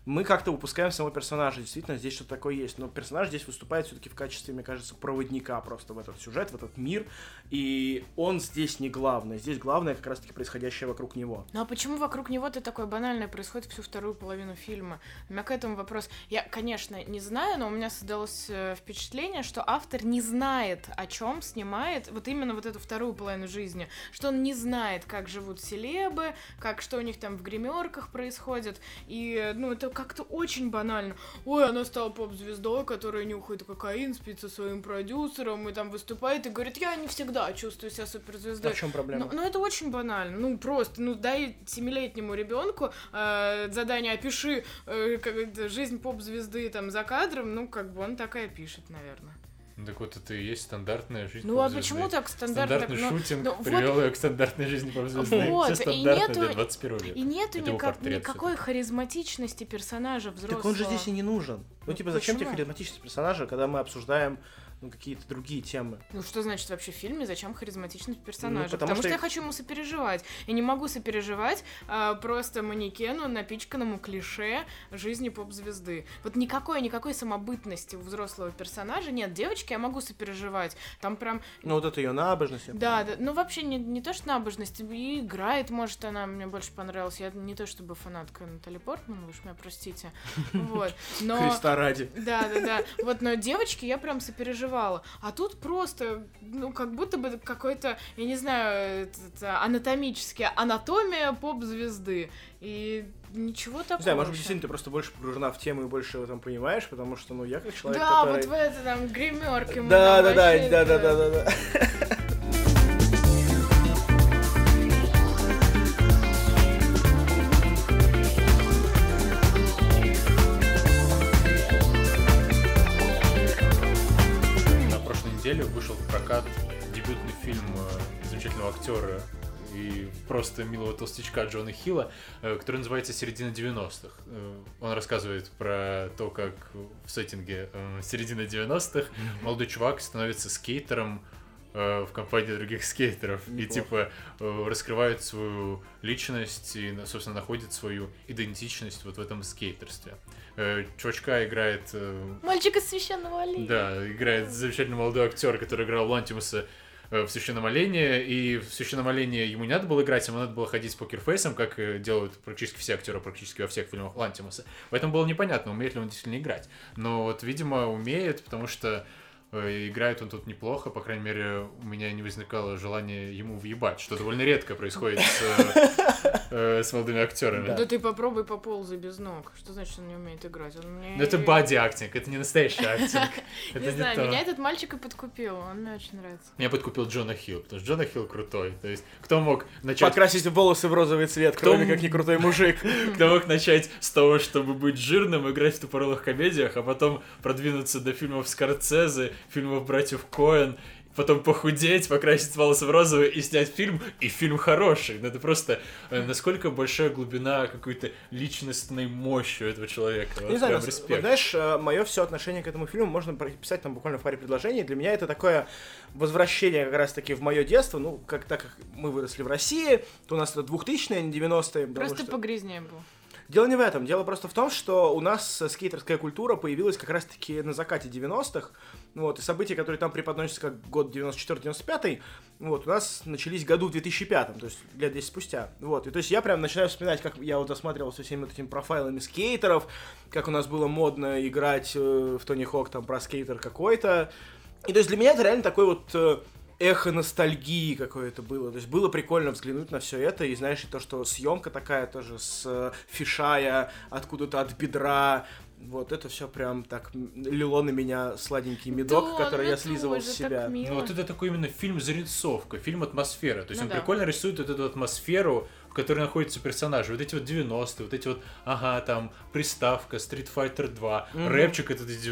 мы как-то упускаем самого персонажа. Действительно, здесь что-то такое есть. Но персонаж здесь выступает все-таки в качестве, мне кажется, проводника просто в этот сюжет, в этот мир. И он здесь не главный. Здесь главное как раз-таки происходящее вокруг него. Ну а почему вокруг него-то такое банальное происходит всю вторую половину фильма? У меня к этому вопрос. Я, конечно, не знаю, но у меня создалось впечатление, что автор не знает, о чем снимает вот именно вот эту вторую половину жизни. Что он не знает, как живут селебы, что у них там в гримерках происходит. И, ну, это как-то очень банально. Ой, она стала поп-звездой, которая нюхает кокаин, спит со своим продюсером и там выступает и говорит, я не всегда чувствую себя суперзвездой. А в чем проблема? Ну, это очень банально. Ну, просто, дай 7-летнему ребенку задание «Опиши жизнь поп-звезды там за кадром», ну, как бы он так и опишет, наверное. Так вот, это и есть стандартная жизнь поп-звезды. А почему так стандартно? Стандартный шутинг привел ее к стандартной жизни поп-звезды. Вот, все стандартно для 21 века. И нету никакой харизматичности персонажа взрослого. Так он же здесь и не нужен. Ну, типа, зачем тебе харизматичность персонажа, когда мы обсуждаем какие-то другие темы? Ну, что значит вообще в фильме, зачем харизматичность персонажа? Потому что я хочу ему сопереживать. Я не могу сопереживать просто манекену, напичканному клише жизни поп-звезды. Вот никакой самобытности у взрослого персонажа нет. Девочке я могу сопереживать. Там прям... Ну, вот это ее набожность. Да, ну, вообще не то, что набожность. И играет, может, она мне больше понравилась. Я не то, чтобы фанатка Натали Портман, вы уж меня простите. Вот. Христа ради. Да. Вот, но девочке я прям сопереживаю. А тут просто, ну, как будто бы какой-то, я не знаю, анатомическая анатомия поп-звезды. И ничего такого. Не знаю, может быть, действительно, ты просто больше погружена в тему и больше в этом понимаешь, потому что, ну, я как человек, да, который... вот в это там гримерке мы да. Вышел в прокат дебютный фильм замечательного актера и просто милого толстячка Джона Хилла, который называется «Середина 90-х». Он рассказывает про то, как в сеттинге середины 90-х молодой чувак становится скейтером в компании других скейтеров. Неплохо. И типа раскрывает свою личность и, собственно, находит свою идентичность вот в этом скейтерстве. Чувачка играет... Мальчик из «Священного оленя». Да, играет замечательный молодой актер, который играл Лантимуса в «Священном олене», и в «Священном олене» ему не надо было играть, ему надо было ходить с покерфейсом, как делают практически все актеры, практически во всех фильмах Лантимуса. Поэтому было непонятно, умеет ли он действительно играть. Но вот, видимо, умеет, потому что играет он тут неплохо, по крайней мере, у меня не возникало желания ему въебать, что довольно редко происходит с молодыми актерами. Да ты попробуй поползай без ног. Что значит, он не умеет играть? Это боди-актинг, это не настоящий актинг. Не знаю, меня этот мальчик и подкупил, он мне очень нравится. Меня подкупил Джона Хилл, потому что Джона Хилл крутой. То есть, кто мог начать... Покрасить волосы в розовый цвет, кроме как не крутой мужик. Кто мог начать с того, чтобы быть жирным, играть в тупорылых комедиях, а потом продвинуться до фильмов Скорсезе, фильмов братьев Коэн, потом похудеть, покрасить волосы в розовый и снять фильм, и фильм хороший. Но это просто насколько большая глубина какой-то личностной мощи у этого человека. Не знаю, вот, знаешь, мое все отношение к этому фильму можно прописать там буквально в паре предложений. Для меня это такое возвращение как раз-таки в мое детство. Ну, так как мы выросли в России, то у нас это 2000-е, не 90-е. Просто погрязнее был. Дело не в этом. Дело просто в том, что у нас скейтерская культура появилась как раз-таки на закате 90-х. Вот, и события, которые там преподносятся как год 94-95, вот, у нас начались году в 2005, то есть лет 10 спустя. Вот, и то есть я прям начинаю вспоминать, как я вот засматривался всеми вот этими профайлами скейтеров, как у нас было модно играть в Тони Хок там про скейтер какой-то. И то есть для меня это реально такой вот... эхо ностальгии какое-то было. То есть было прикольно взглянуть на все это. И знаешь, и то, что съемка такая тоже с фишая откуда-то от бедра. Вот это все прям так лило на меня сладенький медок, который я слизывал с себя. Ну вот это такой именно фильм-зарисовка, фильм-атмосфера. То есть он прикольно рисует вот эту атмосферу, в которой находятся персонажи. Вот эти вот 90-е, вот эти вот, там, приставка, Street Fighter 2, рэпчик этот из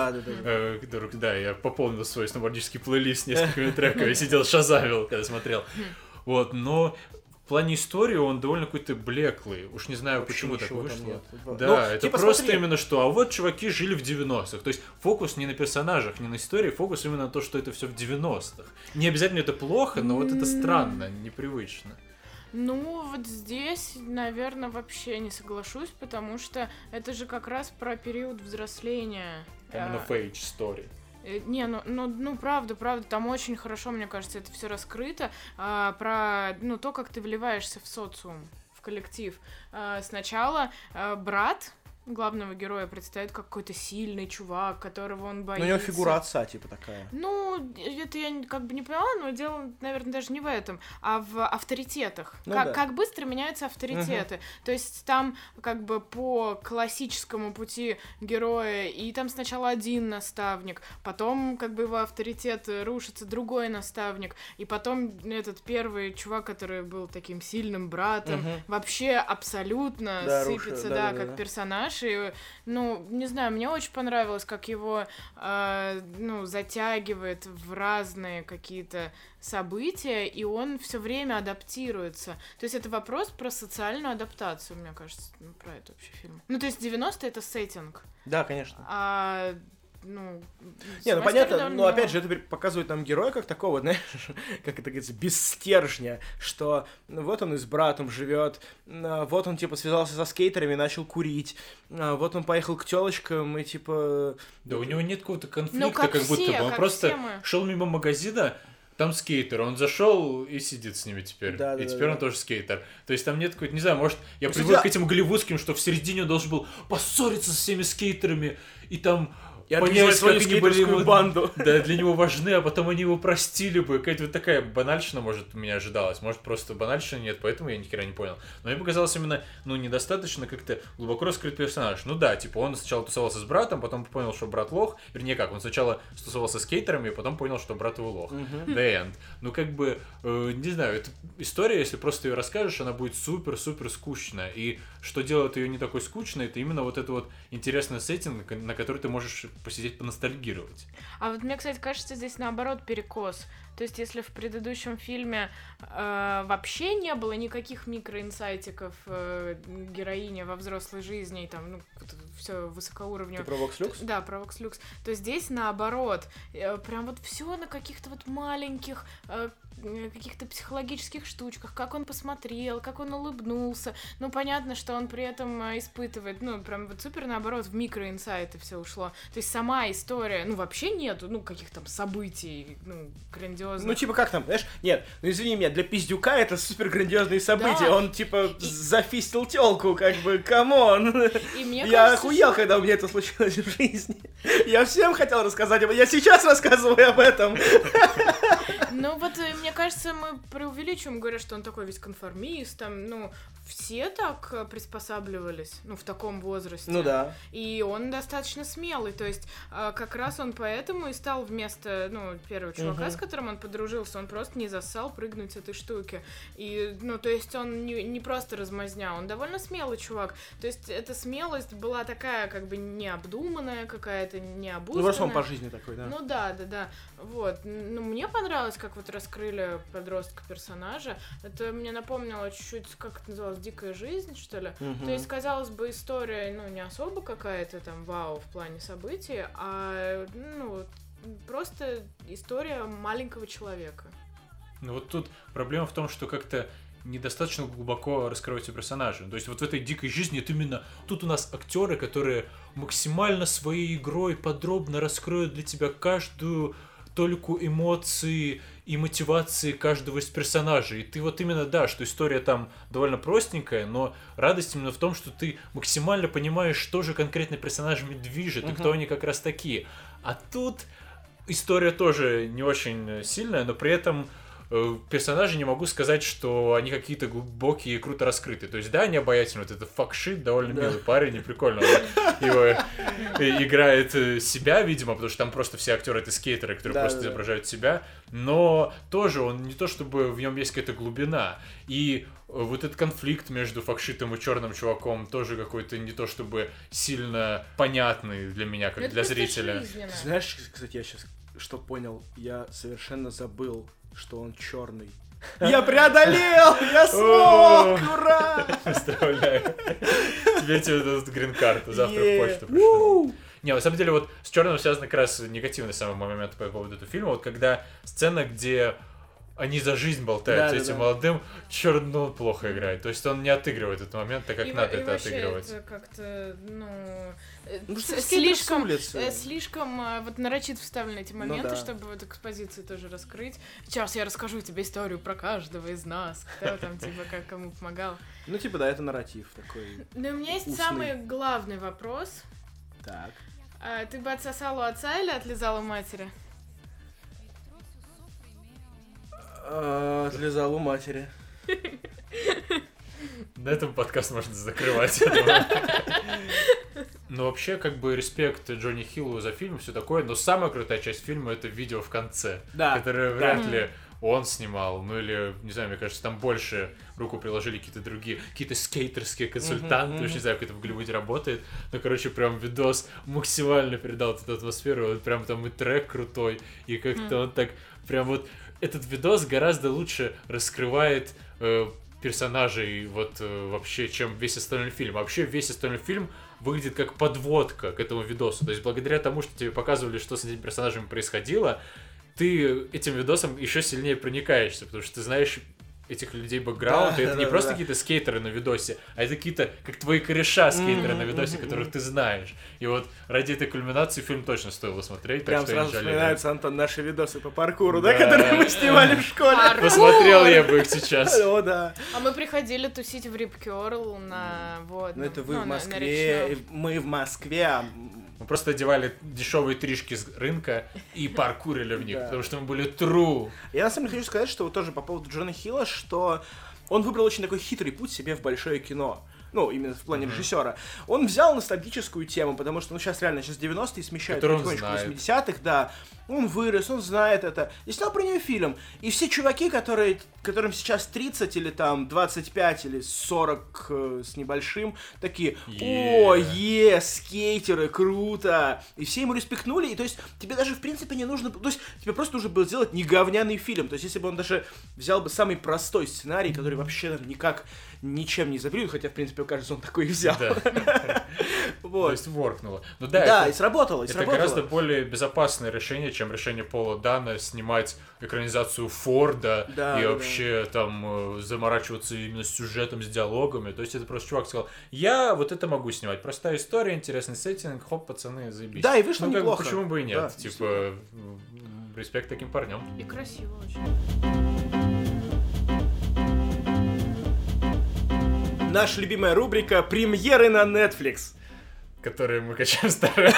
90-х. Да, я пополнил свой сноубордический плейлист с несколькими треками, сидел, шазамил, когда смотрел. Вот, но... В плане истории он довольно какой-то блеклый. Уж не знаю, почему так вышло. Да, ну, это типа просто смотри. Именно что. А вот чуваки жили в 90-х. То есть фокус не на персонажах, не на истории, фокус именно на то, что это все в 90-х. Не обязательно это плохо, но вот это странно, непривычно. Ну, вот здесь, наверное, вообще не соглашусь, потому что это же как раз про период взросления. Именно age story. Не, ну, правда, там очень хорошо, мне кажется, это все раскрыто, про, то, как ты вливаешься в социум, в коллектив. Сначала брат главного героя представит как какой-то сильный чувак, которого он боится. Ну, у него фигура отца, типа, такая. Ну, это я как бы не поняла, но дело, наверное, даже не в этом, а в авторитетах. Ну, как быстро меняются авторитеты. То есть там как бы по классическому пути героя, и там сначала один наставник, потом как бы его авторитет рушится, другой наставник, и потом этот первый чувак, который был таким сильным братом, вообще абсолютно сыпется, как персонаж. И, не знаю, мне очень понравилось, как его, затягивает в разные какие-то события, и он все время адаптируется. То есть это вопрос про социальную адаптацию, мне кажется, про это вообще фильм. Ну, то есть 90-е — это сеттинг. Да, конечно. Не, понятно, но опять же, это показывает нам героя как такого, знаешь, как это говорится, без стержня, что вот он и с братом живет, вот он, типа, связался со скейтерами, начал курить, вот он поехал к тёлочкам и, типа... Да, у него нет какого-то конфликта, как будто бы, он просто шел мимо магазина, там скейтер, он зашел и сидит с ними теперь. И теперь он тоже скейтер. То есть там нет какой-то, не знаю, может, я привык к этим голливудским, что в середине он должен был поссориться со всеми скейтерами, и там... понять, свою скейтерскую банду. Да, для него важны, а потом они его простили бы. Какая-то вот такая банальщина, может, у меня ожидалась. Может, просто банальщины нет, поэтому я ни хера не понял. Но мне показалось именно, недостаточно как-то глубоко раскрыт персонаж. Ну да, типа, он сначала тусовался с братом, потом понял, что брат лох. Вернее, как, он сначала тусовался с скейтерами, и потом понял, что брат его лох. The end. Ну, как бы, не знаю, эта история, если просто ее расскажешь, она будет супер-супер скучная. И что делает ее не такой скучной, это именно вот это вот интересный сеттинг, на который ты можешь посидеть, поностальгировать. А вот мне, кстати, кажется, здесь наоборот перекос. То есть, если в предыдущем фильме вообще не было никаких микроинсайтиков героини во взрослой жизни, и там, все высокоуровневое. Ты про Vox Lux? Да, про Vox Lux. То здесь наоборот. Прям вот все на каких-то вот маленьких каких-то психологических штучках, как он посмотрел, как он улыбнулся. Ну, понятно, что он при этом испытывает, прям вот супер наоборот, в микроинсайты все ушло. То есть сама история, вообще нету, каких там событий, грандиозных. Типа, как там, знаешь, нет, извини меня, для пиздюка это супер грандиозные события. Да. Он, типа, зафистил тёлку, как бы, камон. Я охуел, когда у меня это случилось в жизни. Я всем хотел рассказать об этом, я сейчас рассказываю об этом. Мне кажется, мы преувеличиваем, говоря, что он такой весь конформист, там, все так приспосабливались, в таком возрасте. Ну да. И он достаточно смелый, то есть как раз он поэтому и стал вместо, первого чувака, с которым он подружился, он просто не зассал прыгнуть с этой штуки. И, то есть он не просто размазня, он довольно смелый чувак. То есть эта смелость была такая, как бы, необдуманная какая-то, необузданная. Просто он по жизни такой, да. Да. Вот. Мне понравилось, как вот раскрыли подростка-персонажа. Это мне напомнило чуть-чуть, как это называлось, «Дикая жизнь», что ли. То есть, казалось бы, история, не особо какая-то там вау в плане событий, а, просто история маленького человека. Вот тут проблема в том, что как-то недостаточно глубоко раскрываются персонажи. То есть вот в этой дикой жизни это именно... Тут у нас актеры, которые максимально своей игрой подробно раскроют для тебя каждую толику эмоций и мотивации каждого из персонажей. И ты вот именно, да, что история там довольно простенькая, но радость именно в том, что ты максимально понимаешь, что же конкретно персонажами движет и кто они как раз такие. А тут история тоже не очень сильная, но при этом персонажи не могу сказать, что они какие-то глубокие и круто раскрыты. То есть, да, они обаятельны. Вот это факшит, довольно милый парень, и прикольно. Его играет себя, видимо, потому что там просто все актеры это скейтеры, которые просто изображают себя. Но тоже он не то, чтобы в нем есть какая-то глубина. И вот этот конфликт между факшитом и черным чуваком тоже какой-то не то, чтобы сильно понятный для меня, как для зрителя. Знаешь, кстати, я сейчас что понял? Я совершенно забыл, что он черный. Я преодолел! Я смог! Ура! Поздравляю. Тебе дадут грин-карту завтра в почту пришлют. Не, на самом деле, вот с черным связан как раз негативный самый момент по поводу этого фильма. Вот когда сцена, где они за жизнь болтаются, этим молодым, черт, ну он плохо играет. То есть он не отыгрывает этот момент так, как надо это отыгрывать. Это как-то, слишком вот нарочито вставлены эти моменты, чтобы вот экспозицию тоже раскрыть. Сейчас я расскажу тебе историю про каждого из нас, кто там, типа, как кому помогал. Ну, типа, да, это нарратив такой. Но у меня есть самый главный вопрос. Так. Ты бы отсосал у отца или отлизал у матери? Отлизал у матери. На этом подкаст можно закрывать, я думаю. Ну, вообще, как бы, респект Джонни Хиллу за фильм, все такое, но самая крутая часть фильма — это видео в конце, которое вряд ли он снимал, ну или, не знаю, мне кажется, там больше руку приложили какие-то другие, какие-то скейтерские консультанты, уж не знаю, как это в Голливуде работает, но, короче, прям видос максимально передал эту атмосферу, вот прям там и трек крутой, и как-то он так, прям вот, этот видос гораздо лучше раскрывает персонажей вот вообще, чем весь остальной фильм. Вообще весь остальной фильм выглядит как подводка к этому видосу. То есть благодаря тому, что тебе показывали, что с этими персонажами происходило, ты этим видосом еще сильнее проникаешься, потому что ты знаешь этих людей бэкграунд, и это не просто какие-то скейтеры на видосе, а это какие-то, как твои кореша скейтеры на видосе, которых ты знаешь. И вот ради этой кульминации фильм точно стоило смотреть. Прям сразу вспоминаются, Антон, наши видосы по паркуру, да, которые мы снимали в школе. Посмотрел я бы их сейчас. О, да. А мы приходили тусить в Rip Curl на... Ну это вы в Москве, мы в Москве. Мы просто одевали дешевые тришки с рынка и паркурили в них, потому что мы были true. Я на самом деле хочу сказать, что вот тоже по поводу Джона Хилла, что он выбрал очень такой хитрый путь себе в большое кино. Ну, именно в плане режиссера. Он взял ностальгическую тему, потому что, сейчас 90-е смещают потихонечку в 80-х, да. Он вырос, он знает это. И снял про нее фильм. И все чуваки, которым сейчас 30 или там 25 или 40 с небольшим, такие: о, скейтеры, круто. И все ему респектнули. И то есть тебе даже в принципе не нужно... То есть тебе просто нужно было сделать не говняный фильм. То есть если бы он даже взял бы самый простой сценарий, который вообще никак ничем не запрет, хотя в принципе, кажется, он такой и взял. То есть воркнуло. Да, и сработало. Это гораздо более безопасное решение, чем решение Пола Дана снимать экранизацию Форда и вообще там заморачиваться именно с сюжетом, с диалогами. То есть это просто чувак сказал: я вот это могу снимать. Простая история, интересный сеттинг, хоп, пацаны, заебись. Да, и вышло неплохо. Почему бы и нет? Типа, респект таким парням. И красиво очень. Наша любимая рубрика «Премьеры на Netflix», которые мы качаем старые.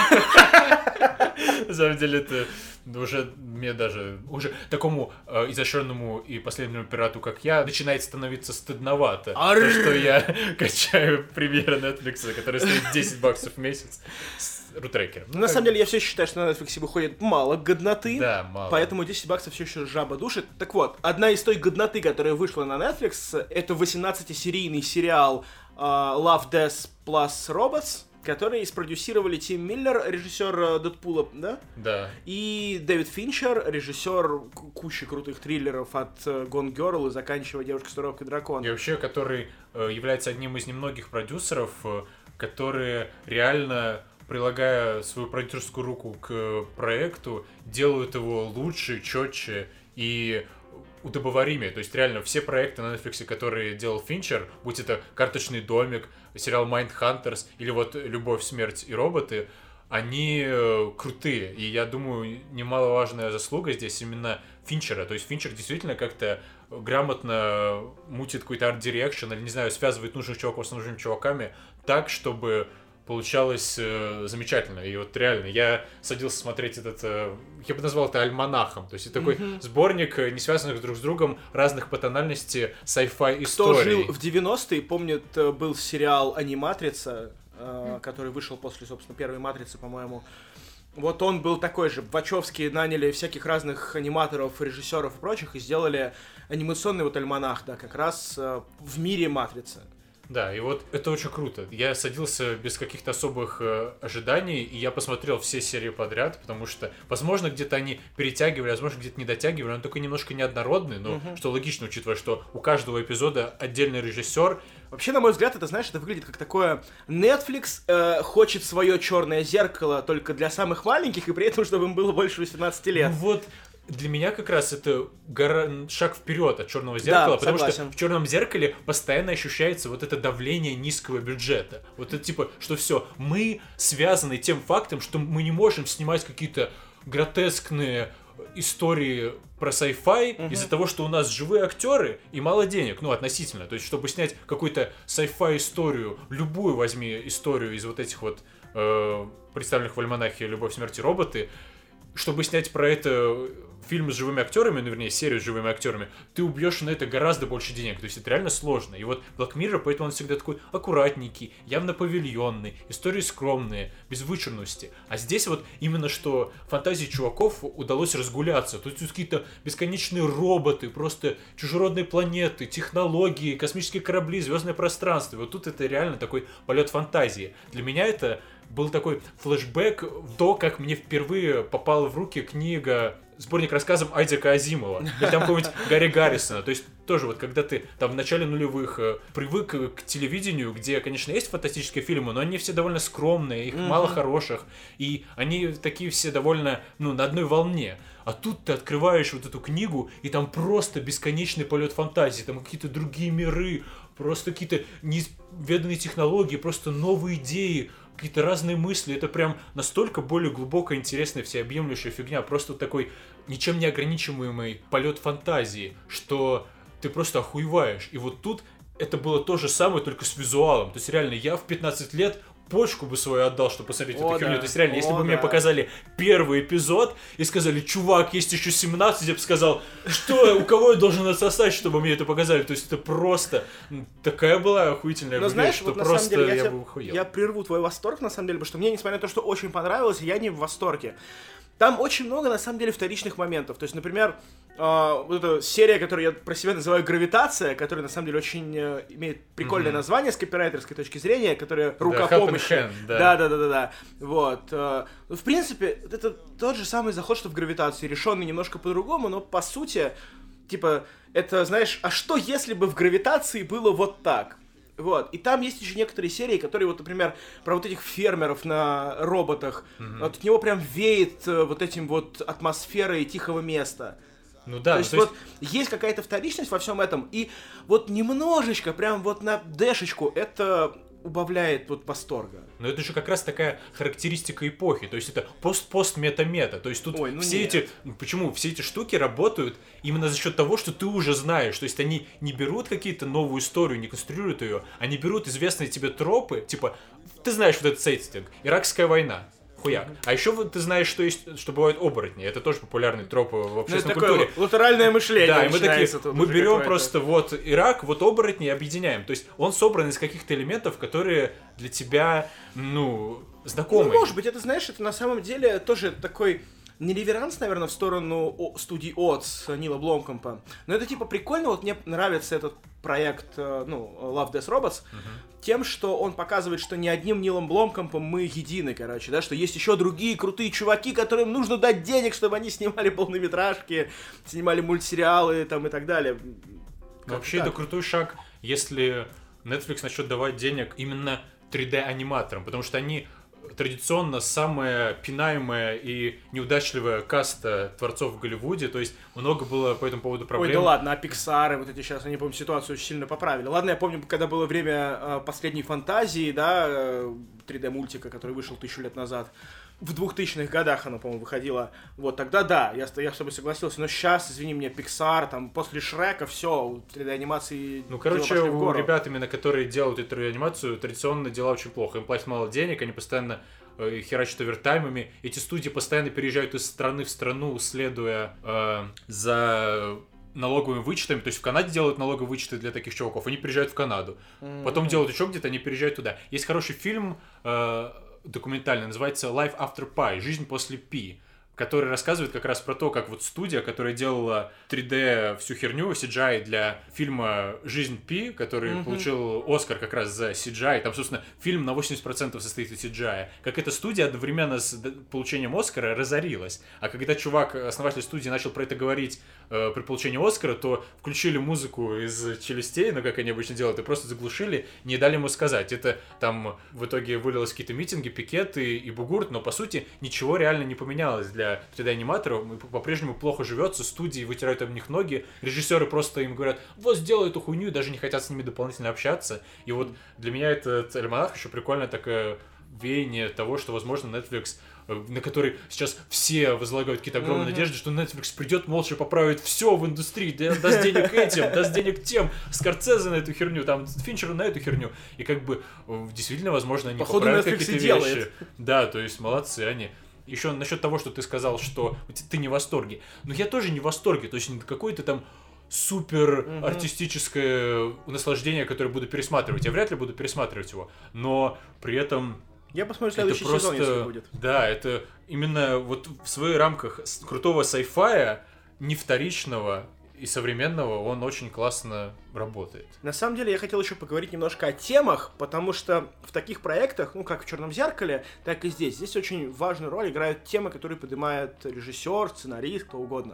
На самом деле это уже мне даже такому изощренному и последнему пирату, как я, начинает становиться стыдновато. То, что я качаю премьеры Netflix, которые стоят $10 в месяц с рутрекером. На самом деле я все считаю, что на Netflix выходит мало годноты. Да, мало. Поэтому $10 все еще жаба душит. Так вот, одна из той годноты, которая вышла на Netflix, это 18-серийный сериал Love, Death Plus Robots, который спродюсировали Тим Миллер, режиссер Дэдпула, да? Да. И Дэвид Финчер, режиссер кучи крутых триллеров от Gone Girl и заканчивая «Девушка с татуировкой дракона». И вообще, который является одним из немногих продюсеров, которые реально, прилагая свою продюсерскую руку к проекту, делают его лучше, четче и удобоваримее. То есть реально все проекты на Netflix, которые делал Финчер, будь это «Карточный домик», сериал «Mindhunters» или вот «Любовь, смерть и роботы», они крутые. И я думаю, немаловажная заслуга здесь именно Финчера. То есть Финчер действительно как-то грамотно мутит какой-то арт-дирекшн или, не знаю, связывает нужных чуваков с нужными чуваками так, чтобы получалось замечательно. И вот реально, я садился смотреть этот, я бы назвал это альманахом. То есть это такой сборник не связанных друг с другом разных по тональности sci-fi историй. Кто жил в 90-е, помнит, был сериал «Аниматрица», который вышел после, собственно, первой «Матрицы», по-моему. Вот он был такой же. Вачовски наняли всяких разных аниматоров, режиссеров и прочих и сделали анимационный вот альманах, да, как раз в мире «Матрицы». Да, и вот это очень круто. Я садился без каких-то особых ожиданий, и я посмотрел все серии подряд, потому что, возможно, где-то они перетягивали, возможно, где-то не дотягивали, он такой немножко неоднородный, но что логично, учитывая, что у каждого эпизода отдельный режиссер. Вообще, на мой взгляд, это, знаешь, это выглядит как такое... Netflix хочет свое черное зеркало только для самых маленьких, и при этом, чтобы им было больше 18 лет. Ну вот, для меня как раз это шаг вперед от «Черного зеркала», потому что в «Черном зеркале» постоянно ощущается вот это давление низкого бюджета. Вот это типа, что все, мы связаны тем фактом, что мы не можем снимать какие-то гротескные истории про sci-fi из-за того, что у нас живые актеры и мало денег, ну, относительно. То есть, чтобы снять какую-то sci-fi историю, любую возьми историю из вот этих вот представленных в альманахе «Любовь, смерть и роботы», чтобы снять про это фильм с живыми актерами, ну, вернее, серию с живыми актерами, ты убьешь на это гораздо больше денег. То есть это реально сложно. И вот Black Mirror, поэтому он всегда такой аккуратненький, явно павильонный, истории скромные, без вычурности. А здесь вот именно что фантазии чуваков удалось разгуляться. Тут какие-то бесконечные роботы, просто чужеродные планеты, технологии, космические корабли, звездное пространство. И вот тут это реально такой полет фантазии. Для меня это был такой флешбэк в то, как мне впервые попала в руки книга, сборник рассказов Айзека Азимова, или там какого-нибудь Гарри Гаррисона. То есть тоже вот когда ты там в начале нулевых привык к телевидению, где, конечно, есть фантастические фильмы, но они все довольно скромные, их мало хороших, и они такие все довольно, ну, на одной волне. А тут ты открываешь вот эту книгу, и там просто бесконечный полет фантазии, там какие-то другие миры, просто какие-то неизведанные технологии, просто новые идеи, какие-то разные мысли. Это прям настолько более глубокая, интересная, всеобъемлющая фигня. Просто такой ничем не ограничиваемый полет фантазии, что ты просто охуеваешь. И вот тут это было то же самое, только с визуалом. То есть реально я в 15 лет почку бы свою отдал, чтобы посмотреть эту херню. То есть реально, если бы мне показали первый эпизод и сказали, чувак, есть еще 17, я бы сказал, что, у кого я должен отсосать, чтобы мне это показали. То есть это просто такая была охуительная вещь, что вот, просто деле, я бы охуел. Я прерву твой восторг, на самом деле, потому что мне, несмотря на то, что очень понравилось, я не в восторге. Там очень много, на самом деле, вторичных моментов. То есть, например, вот эта серия, которую я про себя называю «Гравитация», которая, на самом деле, очень имеет прикольное название с копирайтерской точки зрения, которая рука помощи. Да. Вот. В принципе, это тот же самый заход, что в «Гравитации», решенный немножко по-другому, но, по сути, типа, это, знаешь, а что, если бы в «Гравитации» было вот так? Вот. И там есть еще некоторые серии, которые, вот, например, про вот этих фермеров на роботах. Вот от него прям веет вот этим вот атмосферой тихого места. Ну да. То есть вот есть какая-то вторичность во всем этом, и вот немножечко, прям вот на дэшечку это убавляет вот восторга. Но это же как раз такая характеристика эпохи. То есть это пост-мета-мета. То есть тут почему все эти штуки работают именно за счет того, что ты уже знаешь. То есть они не берут какие-то новую историю, не конструируют ее, они берут известные тебе тропы, типа, ты знаешь вот этот сеттинг, Иракская война. Хуяк. А еще ты знаешь, что бывают оборотни. Это тоже популярный троп в общественной культуре. Такое латеральное мышление. Да, и мы такие, мы берем просто вот Ирак, вот оборотни и объединяем. То есть он собран из каких-то элементов, которые для тебя, ну, знакомы. Ну, может быть, это, знаешь, это на самом деле тоже такой не реверанс, наверное, в сторону студии Отс Нила Бломкампа. Но это типа прикольно. Вот мне нравится этот проект, Love, Death, Robots, тем, что он показывает, что не одним Нилом Бломкампом мы едины, короче, да, что есть еще другие крутые чуваки, которым нужно дать денег, чтобы они снимали полнометражки, снимали мультсериалы там и так далее. Вообще это крутой шаг, если Netflix начнет давать денег именно 3D-аниматорам, потому что они традиционно самая пинаемая и неудачливая каста творцов в Голливуде, то есть много было по этому поводу проблем. Ой, да ладно, а Pixar, вот эти сейчас, они, по-моему, ситуацию очень сильно поправили. Ладно, я помню, когда было время последней фантазии, да, 3D-мультика, который вышел 1000 лет назад, в 2000-х годах она, по-моему, выходила. Вот, тогда да, я с тобой согласился. Но сейчас, извини меня, Pixar, там, после Шрека, все, 3D-анимации... Ну, короче, у ребят, именно, которые делают эту 3D-анимацию, традиционно дела очень плохо. Им платят мало денег, они постоянно херачат овертаймами. Эти студии постоянно переезжают из страны в страну, следуя за налоговыми вычетами. То есть в Канаде делают налоговые вычеты для таких чуваков. Они приезжают в Канаду. Потом делают еще где-то, они переезжают туда. Есть хороший фильм... документальный, называется Life After Pi, жизнь после Пи, который рассказывает как раз про то, как вот студия, которая делала 3D всю херню, CGI для фильма «Жизнь Пи», который получил Оскар как раз за CGI, там, собственно, фильм на 80% состоит из CGI, как эта студия одновременно с получением Оскара разорилась. А когда чувак, основатель студии, начал про это говорить при получении Оскара, то включили музыку из «Челюстей», ну, как они обычно делают, и просто заглушили, не дали ему сказать. Это там в итоге вылилось в какие-то митинги, пикеты и бугурт, но, по сути, ничего реально не поменялось для для 3D-аниматоров, по-прежнему плохо живется, студии вытирают об них ноги, режиссеры просто им говорят, вот сделай эту хуйню, и даже не хотят с ними дополнительно общаться. И вот для меня этот «Альманах» еще прикольное такое веяние того, что, возможно, Netflix, на который сейчас все возлагают какие-то огромные надежды, что Netflix придет молча поправит все в индустрии, даст денег этим, даст денег тем, Скорсезе на эту херню, там, Финчеру на эту херню. И как бы действительно, возможно, они походу поправят Netflix какие-то вещи. Делает. Да, то есть молодцы они. Еще насчет того, что ты сказал, что ты не в восторге. Но я тоже не в восторге. То есть какой-то там супер артистическое наслаждение, которое буду пересматривать. Я вряд ли буду пересматривать его. Но при этом... Я посмотрю следующий сезон, если будет. Да, это именно вот в своих рамках крутого sci-fi, не вторичного и современного, он очень классно работает. На самом деле, я хотел еще поговорить немножко о темах, потому что в таких проектах, ну, как в «Черном зеркале», так и здесь. Здесь очень важную роль играют темы, которые поднимает режиссер, сценарист, кто угодно.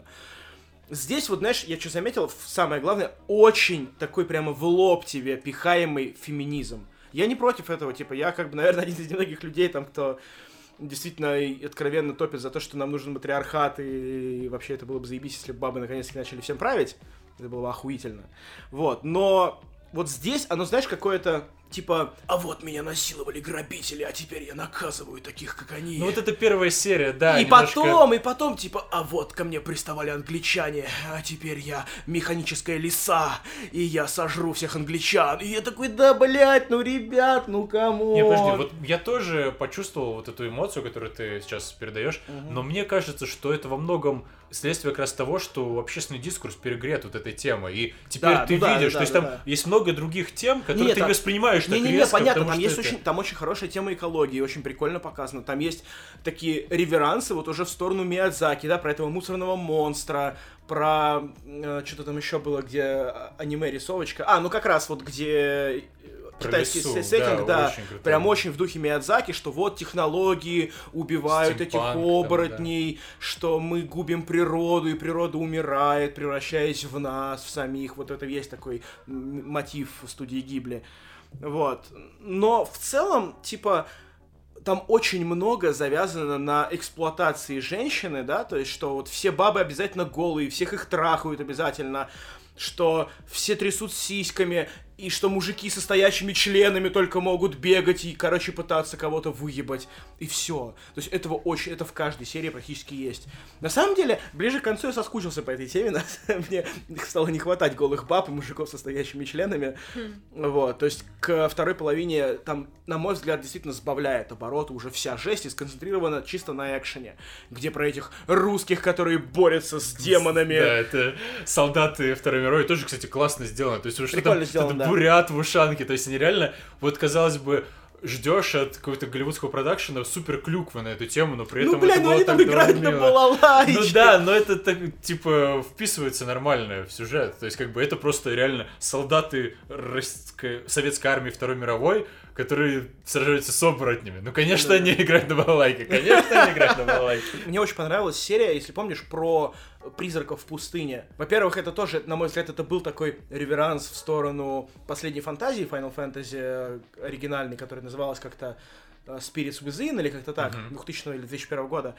Здесь, вот, знаешь, я что заметил, самое главное, очень такой прямо в лоб тебе пихаемый феминизм. Я не против этого, типа, я, как бы, наверное, один из немногих людей, там, кто действительно и откровенно топит за то, что нам нужен матриархат, и вообще это было бы заебись, если бы бабы наконец-таки начали всем править. Это было бы охуительно. Вот, но вот здесь оно, знаешь, какое-то, типа, а вот меня насиловали грабители, а теперь я наказываю таких, как они. Ну вот это первая серия, да. И потом, типа, а вот ко мне приставали англичане, а теперь я механическая лиса, и я сожру всех англичан. И я такой, да, блядь, ну, ребят, ну, камон. Не, подожди, вот я тоже почувствовал вот эту эмоцию, которую ты сейчас передаешь, но мне кажется, что это во многом следствие как раз того, что общественный дискурс перегрет вот этой темой, и теперь ты видишь, то есть там есть много других тем, которые ты воспринимаешь так резко. Понятно, там очень хорошая тема экологии, очень прикольно показано, там есть такие реверансы вот уже в сторону Миядзаки, да, про этого мусорного монстра, про, что-то там еще было, где аниме-рисовочка, ну как раз вот где... Китайский сеттинг, да, прям очень в духе Миядзаки, что вот технологии убивают этих оборотней, да. Что мы губим природу, и природа умирает, превращаясь в нас, в самих. Вот это есть такой мотив в студии Гибли. Вот. Но в целом, типа, там очень много завязано на эксплуатации женщины, да, то есть, что вот все бабы обязательно голые, всех их трахают обязательно, что все трясут сиськами, и что мужики со стоящими членами только могут бегать и, короче, пытаться кого-то выебать. И все. То есть это в каждой серии практически есть. На самом деле, ближе к концу я соскучился по этой теме. Мне стало не хватать голых баб и мужиков со стоящими членами. Вот. То есть к второй половине там, на мой взгляд, действительно сбавляет обороты уже вся жесть и сконцентрирована чисто на экшене. Где про этих русских, которые борются с демонами. Да, это солдаты Второй мировой. Тоже, кстати, классно сделано. То есть, что прикольно сделано, да. Бурят в ушанке, то есть они реально, вот казалось бы, ждешь от какого-то голливудского продакшена супер клюквы на эту тему, но при этом это было они так там играют на балалайке. Ну да, но это так, типа, вписывается нормально в сюжет, то есть как бы это просто реально солдаты советской армии Второй мировой, которые сражаются с оборотнями. Ну, конечно, они играют на балалайке, конечно, они играют на балалайке. Мне очень понравилась серия, если помнишь, про призраков в пустыне. Во-первых, это тоже, на мой взгляд, это был такой реверанс в сторону последней фантазии, Final Fantasy оригинальной, которая называлась как-то Spirits Within, или как-то так, 2000 или 2001 года.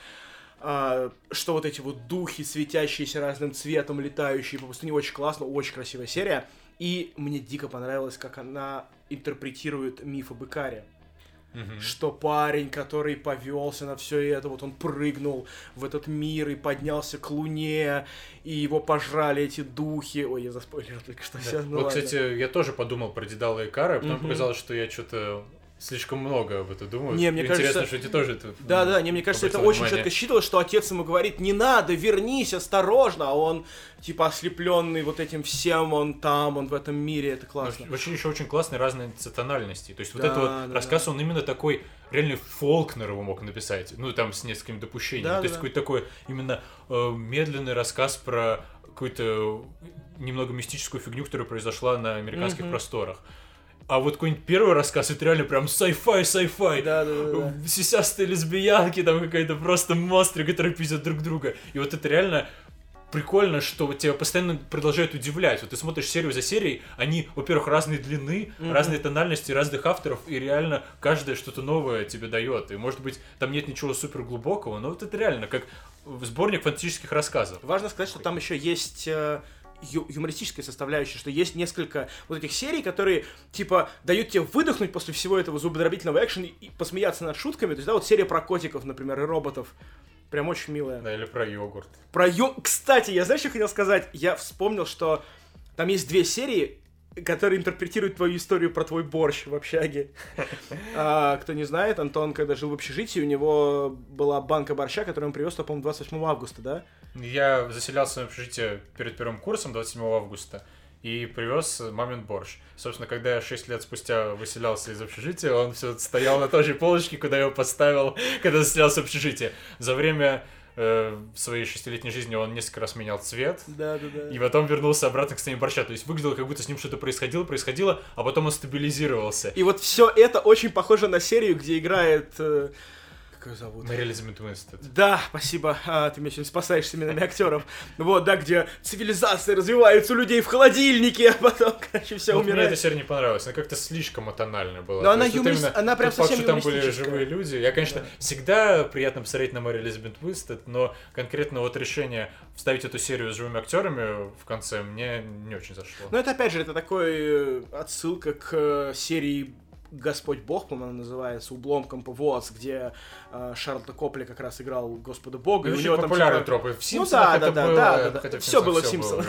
Что вот эти вот духи, светящиеся разным цветом, летающие по пустыне, очень классно, очень красивая серия. И мне дико понравилось, как она интерпретирует миф об Икаре. Что парень, который повелся на все это, вот он прыгнул в этот мир и поднялся к Луне, и его пожрали эти духи. Ой, я заспойлерил только что. Да. Все, вот, кстати, я тоже подумал про Дедала Икара, а потом показалось, что я что-то слишком много об этом думаю. Не, мне интересно, кажется, что тебе тоже это... Да, мне кажется, это очень четко считывалось, что отец ему говорит, не надо, вернись, осторожно, а он, типа, ослепленный вот этим всем, он там, он в этом мире, это классно. Вообще еще очень классные разные тональности. То есть вот этот вот рассказ, он именно такой, реально Фолкнер его мог написать, ну, там, с несколькими допущениями. То есть какой-то такой именно медленный рассказ про какую-то немного мистическую фигню, которая произошла на американских просторах. А вот какой-нибудь первый рассказ, это реально прям sci-fi. Да. Сисястые лесбиянки, там какая-то просто монстры, которые пиздят друг друга. И вот это реально прикольно, что вот тебя постоянно продолжают удивлять. Вот ты смотришь серию за серией, они, во-первых, разной длины, разные тональности, разных авторов, и реально каждое что-то новое тебе дает. И, может быть, там нет ничего супер глубокого, но вот это реально как сборник фантастических рассказов. Важно сказать, что там еще есть юмористическая составляющая, что есть несколько вот этих серий, которые, типа, дают тебе выдохнуть после всего этого зубодробительного экшена и посмеяться над шутками. То есть, да, вот серия про котиков, например, и роботов. Прям очень милая. Да, или про йогурт. Кстати, я знаешь, что хотел сказать? Я вспомнил, что там есть 2 серии, которые интерпретируют твою историю про твой борщ в общаге. Кто не знает, Антон, когда жил в общежитии, у него была банка борща, которую он привез, по-моему, 28 августа, да? Я заселялся в общежитие перед первым курсом 27 августа и привез мамин борщ. Собственно, когда я 6 лет спустя выселялся из общежития, он все стоял на той же полочке, куда я его поставил, когда заселялся в общежитие. За время своей 6-летней жизни он несколько раз менял цвет. Да. И потом вернулся обратно к сцене борща. То есть выглядело, как будто с ним что-то происходило, а потом он стабилизировался. И вот все это очень похоже на серию, где играет... Как ее зовут? Мэри Элизабет Уинстед. Да, спасибо. Ты меня сегодня спасаешь с именами актеров. Вот, да, где цивилизация развивается у людей в холодильнике, а потом, короче, все умирает. Мне эта серия не понравилась. Она как-то слишком тональная была. Но она она прям совсем юмористическая. Там были живые люди. Я, конечно, всегда приятно посмотреть на Мэри Элизабет Уинстед, но конкретно вот решение вставить эту серию с живыми актерами в конце мне не очень зашло. Ну, это, опять же, это такой отсылка к серии «Господь Бог», по-моему, называется, «Убломком по ВОЗ», где Шарлотта Копли как раз играл Господа Бога. И у него там популярный троп. В «Симпсонах» это было... Да. Все было в «Симпсонах».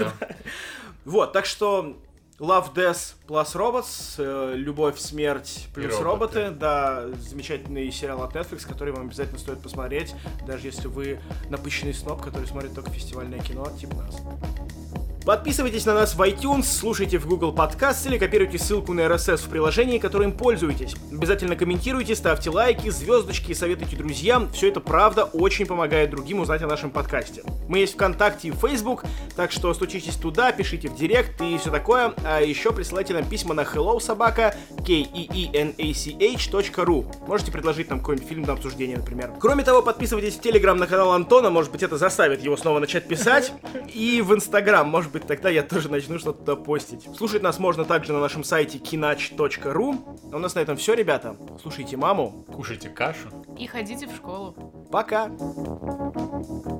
Вот, так что Love, Death plus Robots, Любовь, Смерть плюс роботы. Да, замечательный сериал от Netflix, который вам обязательно стоит посмотреть, даже если вы напыщенный сноб, который смотрит только фестивальное кино, типа нас. Подписывайтесь на нас в iTunes, слушайте в Google Podcast или копируйте ссылку на RSS в приложении, которым пользуетесь. Обязательно комментируйте, ставьте лайки, звездочки и советуйте друзьям. Все это, правда, очень помогает другим узнать о нашем подкасте. Мы есть ВКонтакте и Facebook, так что стучитесь туда, пишите в директ и все такое. А еще присылайте нам письма на hello@keenach.ru. Можете предложить нам какой-нибудь фильм на обсуждение, например. Кроме того, подписывайтесь в Telegram на канал Антона, может быть, это заставит его снова начать писать. И в Instagram, может быть, тогда я тоже начну что-то туда постить. Слушать нас можно также на нашем сайте keenach.ru. А у нас на этом все, ребята. Слушайте маму. Кушайте кашу. И ходите в школу. Пока.